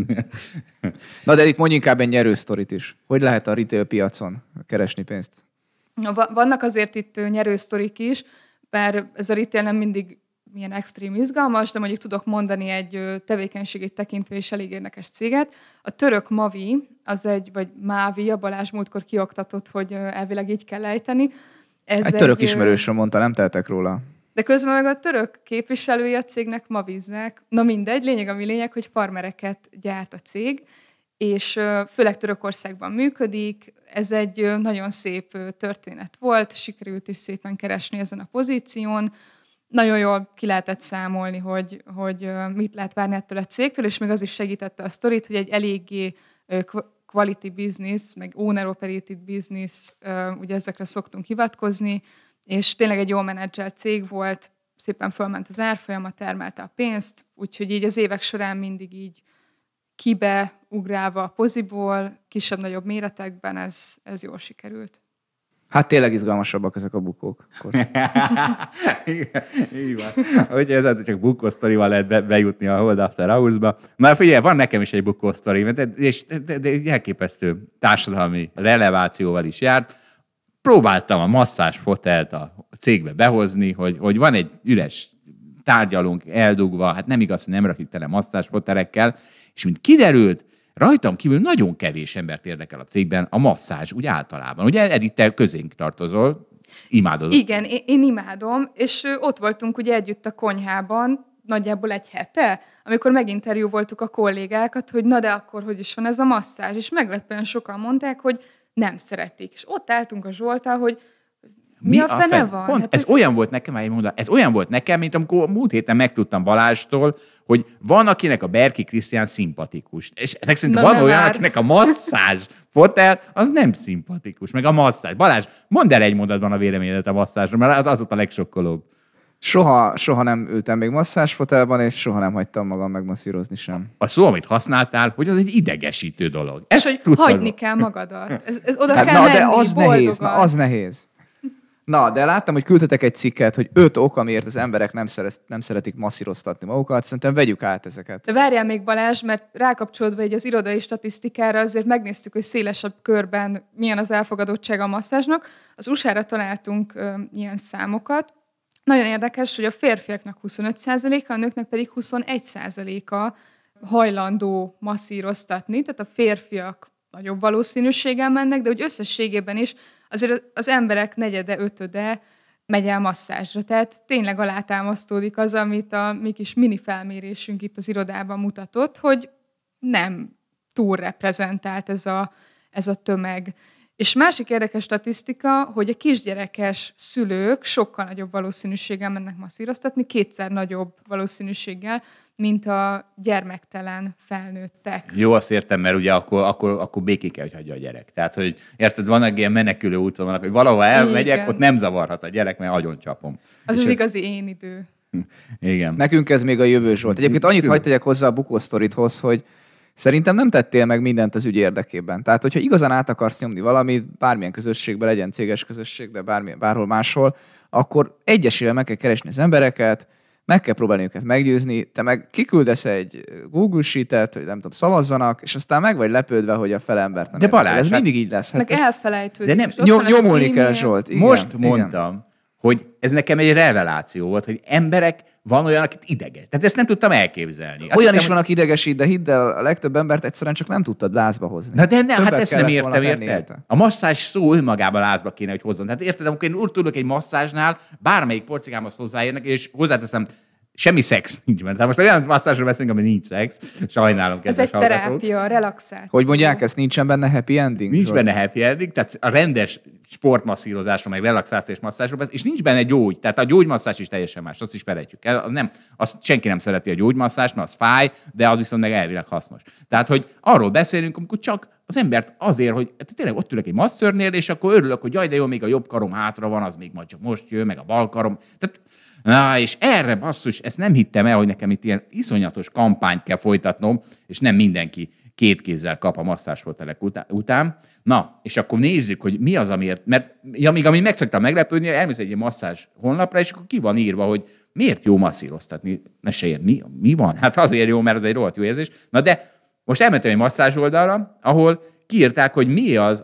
Na de itt mondj inkább egy nyerő sztorit is. Hogy lehet a retail piacon keresni pénzt? Vannak azért itt nyerő sztorik is, bár ez a retail nem mindig milyen extrém izgalmas, de mondjuk tudok mondani egy tevékenységét tekintve is elég érdekes céget. A török Mavi, vagy Mávi, a Balázs múltkor kioktatott, hogy elvileg így kell ejteni. Ez Egy török ismerősöm mondta, nem tehetek róla. De közben meg a török képviselője a cégnek Maviznek. Na mindegy, lényeg, hogy farmereket gyárt a cég, és főleg Törökországban működik. Ez egy nagyon szép történet volt, sikerült is szépen keresni ezen a pozíción. Nagyon jól ki lehetett számolni, hogy mit lehet várni ettől a cégtől, és még az is segítette a sztorit, hogy egy eléggé quality business, meg owner-operated business, ugye ezekre szoktunk hivatkozni, és tényleg egy jól menedzselt cég volt, szépen fölment az árfolyama, termelte a pénzt, úgyhogy így az évek során mindig így kibeugrálva a poziból, kisebb-nagyobb méretekben ez jól sikerült. Hát tényleg izgalmasabbak ezek a bukók. Akkor. Így van. Úgyhogy ez csak bukósztorival lehet bejutni a Hold After Hours-ba. Na figyelj, van nekem is egy bukósztori, és elképesztő társadalmi relevációval is járt. Próbáltam a masszázs fotelt a cégbe behozni, hogy van egy üres tárgyalónk eldugva, hát nem igaz, hogy nem rakjuk tele masszázs fotelekkel, és mint kiderült, rajtam kívül nagyon kevés embert érdekel a cégben a masszázs, úgy általában. Ugye, Edith, te közénk tartozol, imádod. Igen, én imádom, és ott voltunk ugye együtt a konyhában, nagyjából egy hete, amikor meginterjú voltuk a kollégákat, hogy na de akkor hogy is van ez a masszázs, és meglepően sokan mondták, hogy nem szeretik. És ott álltunk a Zsolttal, hogy mi a fene van? Pont, Hát, ez olyan volt nekem, ez olyan volt nekem, mint amikor múlt héten megtudtam Balástól, hogy van, akinek a Berki Krisztián szimpatikus. És ezek szerint van olyan, akinek a masszázs fotel, az nem szimpatikus, meg a masszázs. Balázs, mondd el egy mondatban a véleményedet a masszázsról, mert az ott a legsokkolóbb. Soha nem ültem még masszázsfotelban, és soha nem hagytam magam megmasszírozni sem. A szó, amit használtál, hogy az egy idegesítő dolog. és hogy hagyni kell magadat. Ez oda Hát, kell na, menni, de az boldogan. nehéz, az nehéz. Na, de láttam, hogy küldtetek egy cikket, hogy 5 ok, amiért az emberek nem szeretik masszíroztatni magukat. Szerintem vegyük át ezeket. De várjál még, Balázs, mert rákapcsolódva egy az irodai statisztikára azért megnéztük, hogy szélesebb körben milyen az elfogadottsága a masszázsnak. Az USA-ra találtunk ilyen számokat, nagyon érdekes, hogy a férfiaknak 25%-a, a nőknek pedig 21%-a hajlandó masszíroztatni, tehát a férfiak nagyobb valószínűséggel mennek, de úgy összességében is azért az emberek negyede, ötöde megy el masszázsra. Tehát tényleg alátámasztódik az, amit a mi kis mini felmérésünk itt az irodában mutatott, hogy nem túl reprezentált ez a tömeg. És másik érdekes statisztika, hogy a kisgyerekes szülők sokkal nagyobb valószínűséggel mennek masszíroztatni, 2-szer nagyobb valószínűséggel, mint a gyermektelen felnőttek. Jó, azt értem, mert ugye akkor békén kell, hogy hagyja a gyerek. Tehát, hogy érted, vannak ilyen menekülő útvonalak, hogy valahol elmegyek, igen, ott nem zavarhat a gyerek, mert agyoncsapom. Az az igazi én idő. Igen. Nekünk ez még a jövő Zsolt. Egyébként annyit hagyd tegyek hozzá a bukósztorithoz, hogy szerintem nem tettél meg mindent az ügy érdekében. Tehát, hogyha igazán át akarsz nyomni valamit, bármilyen közösségben, legyen céges közösség, de bárhol máshol, akkor egyesével meg kell keresni az embereket, meg kell próbálni őket meggyőzni, te meg kiküldesz egy Google Sheet-et, hogy nem tudom, szavazzanak, és aztán meg vagy lepődve, hogy a fele embert nem De érdekel. Balázs, Ez mindig így lesz. Meg elfelejtődik. De nem, és ott van ez az nyomulni kell, e-mail. Zsolt. Igen, most igen. mondtam, hogy ez nekem egy reveláció volt, hogy emberek, van olyan, akit ideges. Tehát ezt nem tudtam elképzelni. Azt Olyan hittem, is van, aki idegesít, de hidd el, a legtöbb embert egyszerűen csak nem tudtad lázba hozni. Na de nem, hát Többet ezt nem kellett volna értem, tenni érted? érte. A masszázs szó önmagában lázba kéne, hogy hozzon. Tehát érted, amikor én úgy tudok egy masszázsnál, bármelyik porcikámhoz hozzáérnek, és hozzáteszem, semmi szex nincs benne. Tehát most olyan masszázsról beszélünk, ami nincs szex. Sajnálom, Ez kedves egy hallgatók. terápia, relaxáció. Hogy mondják, ezt nincsen benne happy ending? Nincs Zsolt? benne happy ending, tehát a rendes sportmasszírozásról, meg relaxációs masszázsról, és nincs benne gyógy, tehát a gyógymasszázs is teljesen más, azt is felejtjük el. Azt senki nem szereti a gyógymasszást, mert az fáj, de az viszont meg elvileg hasznos. Tehát, hogy arról beszélünk, amikor csak az embert azért, hogy tényleg ott ülök egy masszörnél, és akkor örülök, hogy jaj, de jó, még a jobb karom hátra van, az még majd csak most jön, meg a bal karom. Tehát, na, és erre basszus, ezt nem hittem el, hogy nekem itt ilyen iszonyatos kampányt kell folytatnom, és nem mindenki 2 kézzel kap a masszázsfotelek után. Na, és akkor nézzük, hogy mi az, amiért, mert amíg meg szoktam meglepődni, elmész egy ilyen masszázs honlapra, és akkor ki van írva, hogy miért jó masszíroztatni. Meséljed, mi van? Hát azért jó, mert ez egy rohadt jó érzés. Na de most elmentem egy masszázs oldalra, ahol kiírták, hogy mi az,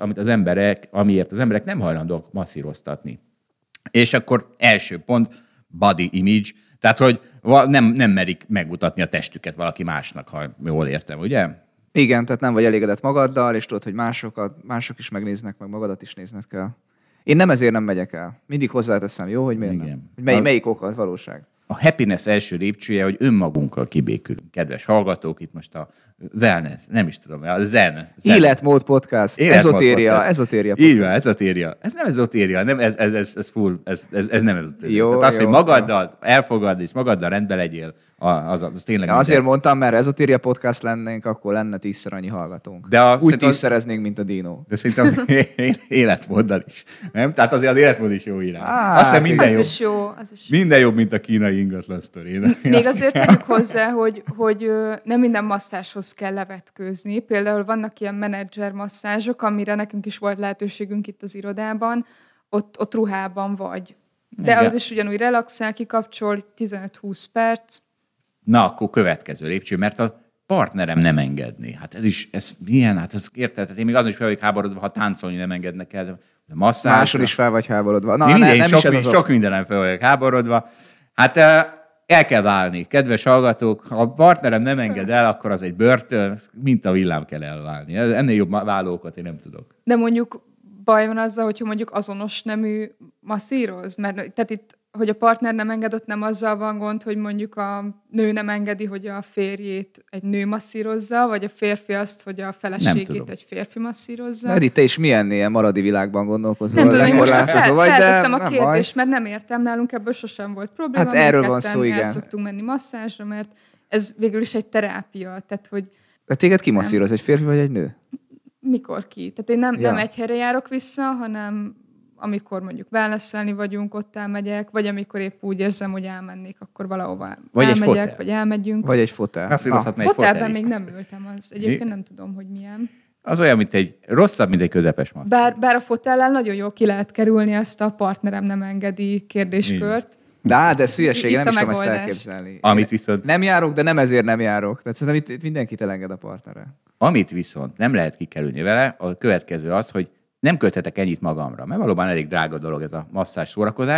amiért az emberek nem hajlandóak masszíroztatni. És akkor első pont, body image, tehát hogy nem merik megmutatni a testüket valaki másnak, ha jól értem, ugye? Igen, tehát nem vagy elégedett magaddal, és tudod, hogy mások is megnéznek, meg magadat is nézned kell. Én nem ezért nem megyek el. Mindig hozzáteszem, jó, hogy miért Igen. nem? Hogy melyik oka az valóság? A happiness első lépcsője, hogy önmagunkkal kibékülünk. Kedves hallgatók, itt most a wellness, nem is tudom, a zen. Életmód podcast, ezotéria podcast. Így van, ezotéria. Ez nem ezotéria, nem, ez full, ez nem ezotéria. Jó, Tehát az, jó, hogy magaddal elfogadd és magaddal rendben legyél, az tényleg... Ja, azért mondtam, mert ezotéria podcast lennénk, akkor lenne 10-szer annyi hallgatónk. De úgy 10-szereznénk, mint a Dino. De szerintem az életmóddal is. Nem? Tehát azért az életmód is jó irány. Á, Azt hiszem minden Az jobb. is jó. Az is jó. Minden jobb, mint a kínai ingatlan sztori. Még azért tegyük hozzá, hogy nem minden masszázshoz kell levetkőzni. Például vannak ilyen menedzser masszázsok, amire nekünk is volt lehetőségünk itt az irodában, ott ruhában vagy. De Igen. az is ugyanúgy relaxál, kikapcsol, 15-20 perc. Na, akkor következő lépcső, mert a partnerem nem engedni. Hát ez milyen? Hát ez érted? Hát én még azon is fel vagyok háborodva, ha táncolni nem engednek el. A masszázs. Máshol is fel vagy háborodva. Na, Minden, nem is ez az sok mindenem fel vagyok háborodva. Hát el kell válni. Kedves hallgatók, ha a partnerem nem enged el, akkor az egy börtön, mint a villám kell elválni. Ennél jobb válókat én nem tudok. De mondjuk baj van azzal, hogyha mondjuk azonos nemű masszíroz? Mert tehát itt, hogy a partner nem enged, ott nem azzal van gond, hogy mondjuk a nő nem engedi, hogy a férjét egy nő masszírozza, vagy a férfi azt, hogy a feleségét egy férfi masszírozza. Edith, te is milyen ilyen maradi világban gondolkozol? Nem tudom, én most csak korlátozó vagy, de felteszem a nem kérdést, mert nem értem, nálunk ebből sosem volt probléma. Hát erről van mindketten szó, igen. el szoktunk menni masszázsra, mert ez végül is egy terápia, tehát hogy De téged ki masszíroz, egy férfi vagy egy nő? mikor ki. Tehát én nem Ja. egy helyre járok vissza, hanem amikor mondjuk wellnesselni vagyunk, ott elmegyek, vagy amikor épp úgy érzem, hogy elmennék, akkor valahova Vagy egy elmegyek, fotel. vagy elmegyünk. Vagy egy fotel? Masszírozhatna egy fotel Fotelben is. még nem ültem, az egyébként nem tudom, hogy milyen. Az olyan, mint egy rosszabb, mint egy közepes masszázs. Bár a fotellel nagyon jól ki lehet kerülni ezt a partnerem nem engedi kérdéskört. De ez hülyeség, Itt nem a is tudom ezt megoldás. elképzelni. Amit viszont, Nem járok, de nem ezért nem járok. Tehát szerintem itt mindenkit elenged a partnere. amit viszont nem lehet kikerülni vele, a következő az, hogy nem költhetek ennyit magamra, mert valóban elég drága dolog ez a masszázs szórakozás,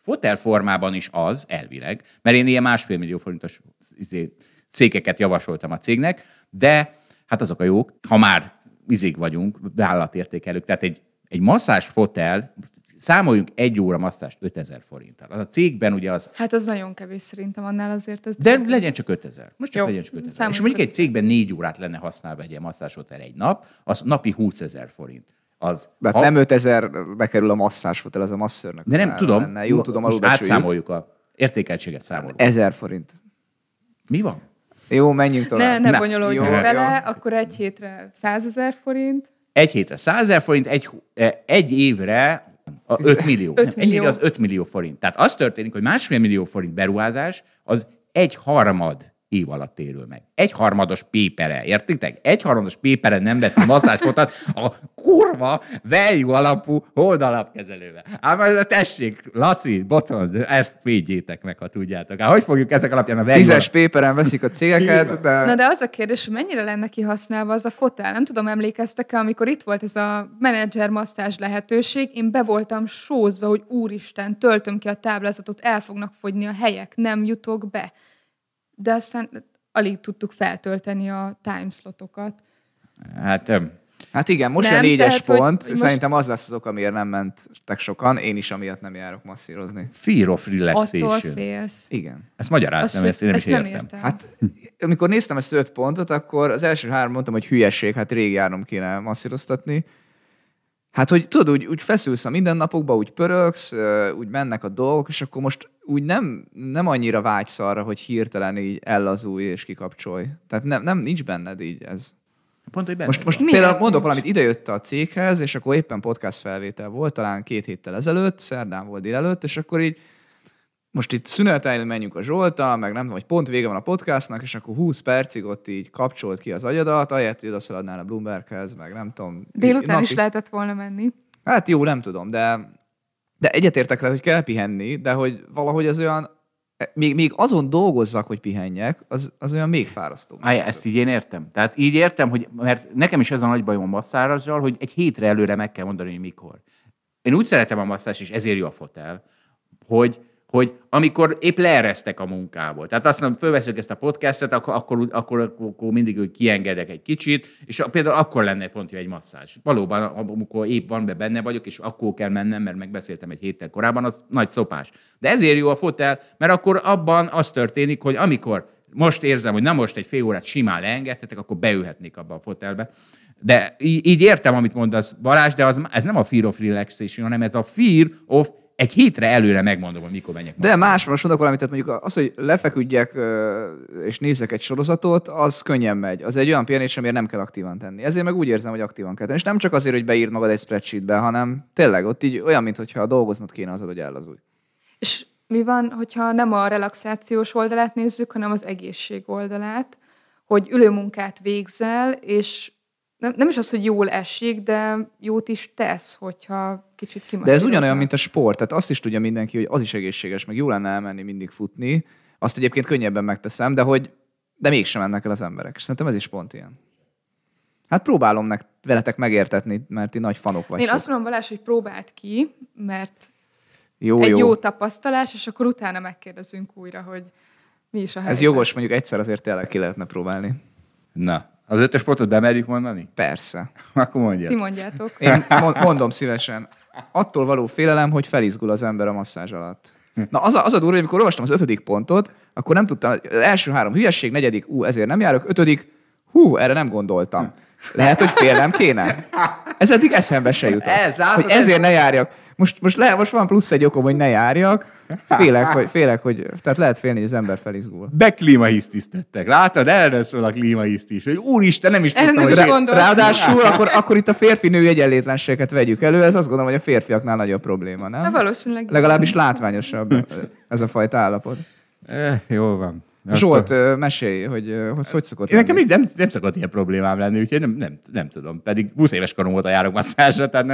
fotel formában is az, elvileg, mert én ilyen 1,5 millió forintos cégeket javasoltam a cégnek, de hát azok a jók, ha már vagyunk, vállalatértékelők, tehát egy masszázs fotel, számoljunk 1 óra masszást 5000 forinttal. Az a cégben ugye az... Hát az nagyon kevés szerintem, annál azért ez... De legyen csak 5000. Most csak Jó, legyen csak 5000. És számoljuk mondjuk egy cégben 4 órát lenne használva egy ilyen masszázs fotel egy nap, az napi 20 000 forint. Hát nem 5000 bekerül a masszázsfotel, az a masszörnek. De nem tudom. Lenne. Jó, tudom, most átszámoljuk a értékeltséget számoljuk. 1000 forint. Mi van? Jó, menjünk tovább. Ne bonyolódjunk Jó, vele, jó. akkor egy hétre 100 000 forint. Egy hétre 100 000 forint, egy évre 5 millió. 5 Egy millió. évre az 5 millió forint. Tehát az történik, hogy 1,5 millió forint beruházás, az 1/3 év alatt térül meg. 1/3 pépere, értitek? 1/3 pépere nem vett masszázsfotat a kurva value alapú holdalapkezelőbe. Ám tessék, Laci, Botond, ezt védjétek meg, ha tudjátok. Hogy fogjuk ezek alapján a value 10-es péperen veszik a cégeket, de... Na de az a kérdés, hogy mennyire lenne kihasználva az a fotel? Nem tudom, emlékeztek-e, amikor itt volt ez a menedzser masszázs lehetőség, én be voltam sózva, hogy úristen, töltöm ki a táblázatot, el fognak fogyni a helyek, nem jutok be. De aztán alig tudtuk feltölteni a timeslotokat. Hát igen, most Nem, a 4-es tehát, pont, hogy most- szerintem az lesz az ok, amiért nem mentek sokan, én is amiatt nem járok masszírozni. Fear of Attól relaxation. félsz. Igen. Ezt magyaráztam, ezt én nem is nem értem. értem. Hát, amikor néztem ezt 5 pontot, akkor az első 3 mondtam, hogy hülyeség, hát rég járnom kéne masszíroztatni. Hát, hogy tudod, úgy feszülsz a mindennapokba, úgy pörögsz, úgy mennek a dolgok, és akkor most úgy nem annyira vágysz arra, hogy hirtelen így ellazulj és kikapcsolj. Tehát nem nincs benned így ez. Pont, hogy benne Most van. Miért például mondok nincs? valamit, idejött a céghez, és akkor éppen podcast felvétel volt, talán 2 héttel ezelőtt, szerdán volt délelőtt, és akkor így most itt szünetelni menjünk a Zsolttal, meg nem tudom, hogy pont vége van a podcastnak, és akkor 20 percig ott így kapcsolt ki az agyadat, ahelyett, hogy odaszaladnál a Bloomberghez, meg nem tudom. Délután is napi- lehetett volna menni. Hát jó, nem tudom, de egyetértek le, hogy kell pihenni, de hogy valahogy az olyan, még azon dolgozzak, hogy pihenjek, az olyan még fárasztóbb. Ezt így én értem. Tehát így értem, hogy, mert nekem is ez a nagy bajom a masszázzal, hogy egy hétre előre meg kell mondani, hogy mikor. Én úgy szeretem a masszást, és ezért jó a fotel, hogy amikor épp leeresztek a munkából. Tehát azt mondom, fölveszünk ezt a podcastet, akkor mindig hogy kiengedek egy kicsit, és például akkor lenne pont jó egy masszázs. Valóban, amikor épp van benne vagyok, és akkor kell mennem, mert megbeszéltem egy héttel korábban, az nagy szopás. De ezért jó a fotel, mert akkor abban az történik, hogy amikor most érzem, hogy nem most egy fél órát simán leengedhetek, akkor beülhetnék abba a fotelbe. De így értem, amit mondasz, Balázs, de ez nem a fear of relaxation, hanem ez a fear of egy hétre előre megmondom, hogy mikor menjek. De más, most mondok valamit, tehát mondjuk az, hogy lefeküdjek és nézzek egy sorozatot, az könnyen megy. Az egy olyan pihenés, amiért nem kell aktívan tenni. Ezért meg úgy érzem, hogy aktívan kell tenni. És nem csak azért, hogy beírd magad egy spreadsheetbe, hanem tényleg ott így olyan, mintha dolgoznod kéne azon, hogy ellazulj. És mi van, hogyha nem a relaxációs oldalát nézzük, hanem az egészség oldalát, hogy ülőmunkát végzel, és nem is az, hogy jól esik, de jót is tesz, hogyha kicsit De kimasszíroznak. ez ugyanolyan, mint a sport. Tehát azt is tudja mindenki, hogy az is egészséges, meg jó lenne elmenni mindig futni. Azt egyébként könnyebben megteszem, de mégsem mennek el az emberek. És szerintem ez is pont ilyen. Hát próbálom veletek megértetni, mert ti nagy fanok vagytok. Én azt mondom, Balázs, hogy próbáld ki, mert Jó. jó tapasztalás, és akkor utána megkérdezünk újra, hogy mi is a helyzet. Ez jogos, mondjuk egyszer azért tényleg ki lehetne próbálni. Na, az 5-ös pontot bemerjük mondani? Persze. Akkor mondja. Ti mondjátok. Én mondom szívesen. Attól való félelem, hogy felizgul az ember a masszázs alatt. Na az a durva, hogy amikor olvastam az 5. pontot, akkor nem tudtam, az első 3 hülyesség, 4. ezért nem járok, 5. erre nem gondoltam. Lehet, hogy félnem kéne? Ez eddig eszembe se jutott. Hogy ezért ne járjak. Most van plusz egy okom, hogy ne járjak. Félek, hogy tehát lehet félni, hogy az ember felizgul. Beklímahisztisztettek. Látod? Erre szól a klímahiszt is. Hogy úristen, nem is Erre tudtam, nem hogy is gondoltam. Ráadásul akkor itt a férfi-női egyenlétlenséget vegyük elő, ez azt gondolom, hogy a férfiaknál nagyobb probléma, nem? Na, valószínűleg. Legalábbis látványosabb ez a fajta állapot. Jól van. Zsolt, mesélj, hogy szokott Én nekem lenni? így nem szokott ilyen problémám lenni, úgyhogy nem tudom. Pedig 20 éves korom óta járok masszázsra, tehát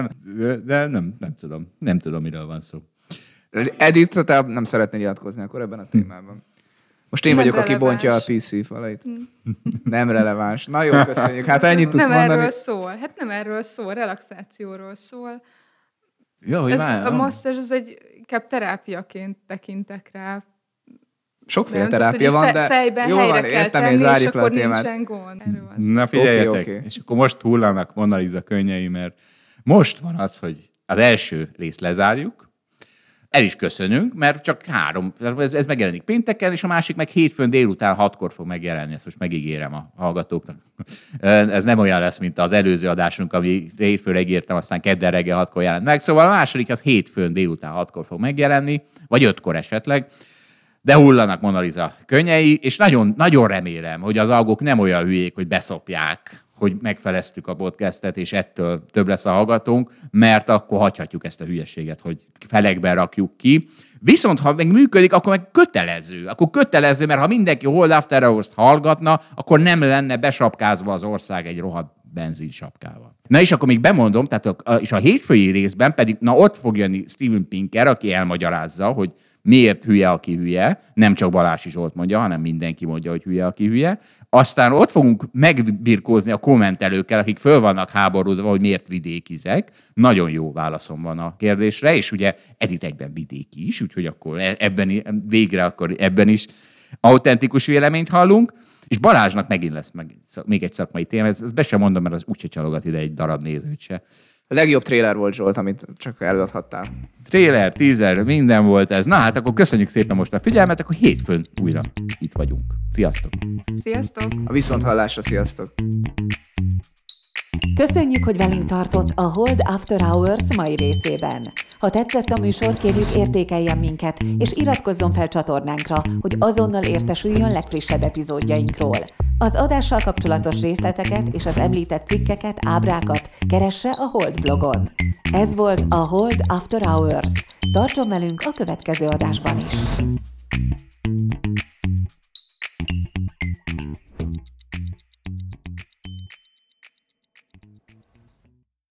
nem tudom, miről van szó. Edith, te nem szeretnél nyilatkozni akkor ebben a témában. Most én Nem vagyok, aki releváns. bontja a PC falait. Nem releváns. Na jó, köszönjük. Hát ennyit tudsz Nem mondani. erről szól. Hát nem erről szól, relaxációról szól. Ja, hogy Ez, már, a masszázs az egy inkább terápiaként tekintek rá. Sokféle terápia van, de fejben jó van, értem, én zárjuk le a témát. Na figyeljetek, Okay. és akkor most hullanak Mona Lisa könnyei, mert most van az, hogy az első részt lezárjuk, el is köszönünk, mert csak 3, ez megjelenik pénteken, és a másik meg hétfőn délután 6-kor fog megjelenni, ezt most megígérem a hallgatóknak. Ez nem olyan lesz, mint az előző adásunk, ami hétfőre ígértem, aztán kedden reggel 6-kor jelent meg. Szóval a második az hétfőn délután 6-kor fog megjelenni, vagy 5-kor esetleg. De hullanak Mona Lisa könnyei, és nagyon, nagyon remélem, hogy az algók nem olyan hülyék, hogy beszopják, hogy megfeleztük a podcastet, és ettől több lesz a hallgatónk, mert akkor hagyhatjuk ezt a hülyeséget, hogy felekben rakjuk ki. Viszont ha meg működik, akkor meg kötelező. Akkor kötelező, mert ha mindenki Hold After Hours-t hallgatna, akkor nem lenne besapkázva az ország egy rohadt benzinsapkával. Na és akkor még bemondom, és a hétfői részben pedig, ott fog jönni Steven Pinker, aki elmagyarázza, hogy miért hülye, aki hülye. Nem csak Balási Zsolt mondja, hanem mindenki mondja, hogy hülye, aki hülye. Aztán ott fogunk megbirkózni a kommentelőkkel, akik föl vannak háborodva, hogy miért vidékizek. Nagyon jó válaszom van a kérdésre, és ugye Edith egyben vidéki is, úgyhogy akkor ebben is autentikus véleményt hallunk. És Balázsnak megint lesz még egy szakmai téma, ezt be sem mondom, mert az úgyse csalogat ide egy darab nézőt se. A legjobb tréler volt, Zsolt, amit csak előadhattál. Tréler, teaser, minden volt ez. Na hát akkor köszönjük szépen most a figyelmet, akkor hétfőn újra itt vagyunk. Sziasztok! Sziasztok! A viszonthallásra, sziasztok! Köszönjük, hogy velünk tartott a Hold After Hours mai részében. Ha tetszett a műsor, kérjük értékeljen minket, és iratkozzon fel csatornánkra, hogy azonnal értesüljön legfrissebb epizódjainkról. Az adással kapcsolatos részleteket és az említett cikkeket, ábrákat keresse a Hold blogon. Ez volt a Hold After Hours. Tartson velünk a következő adásban is!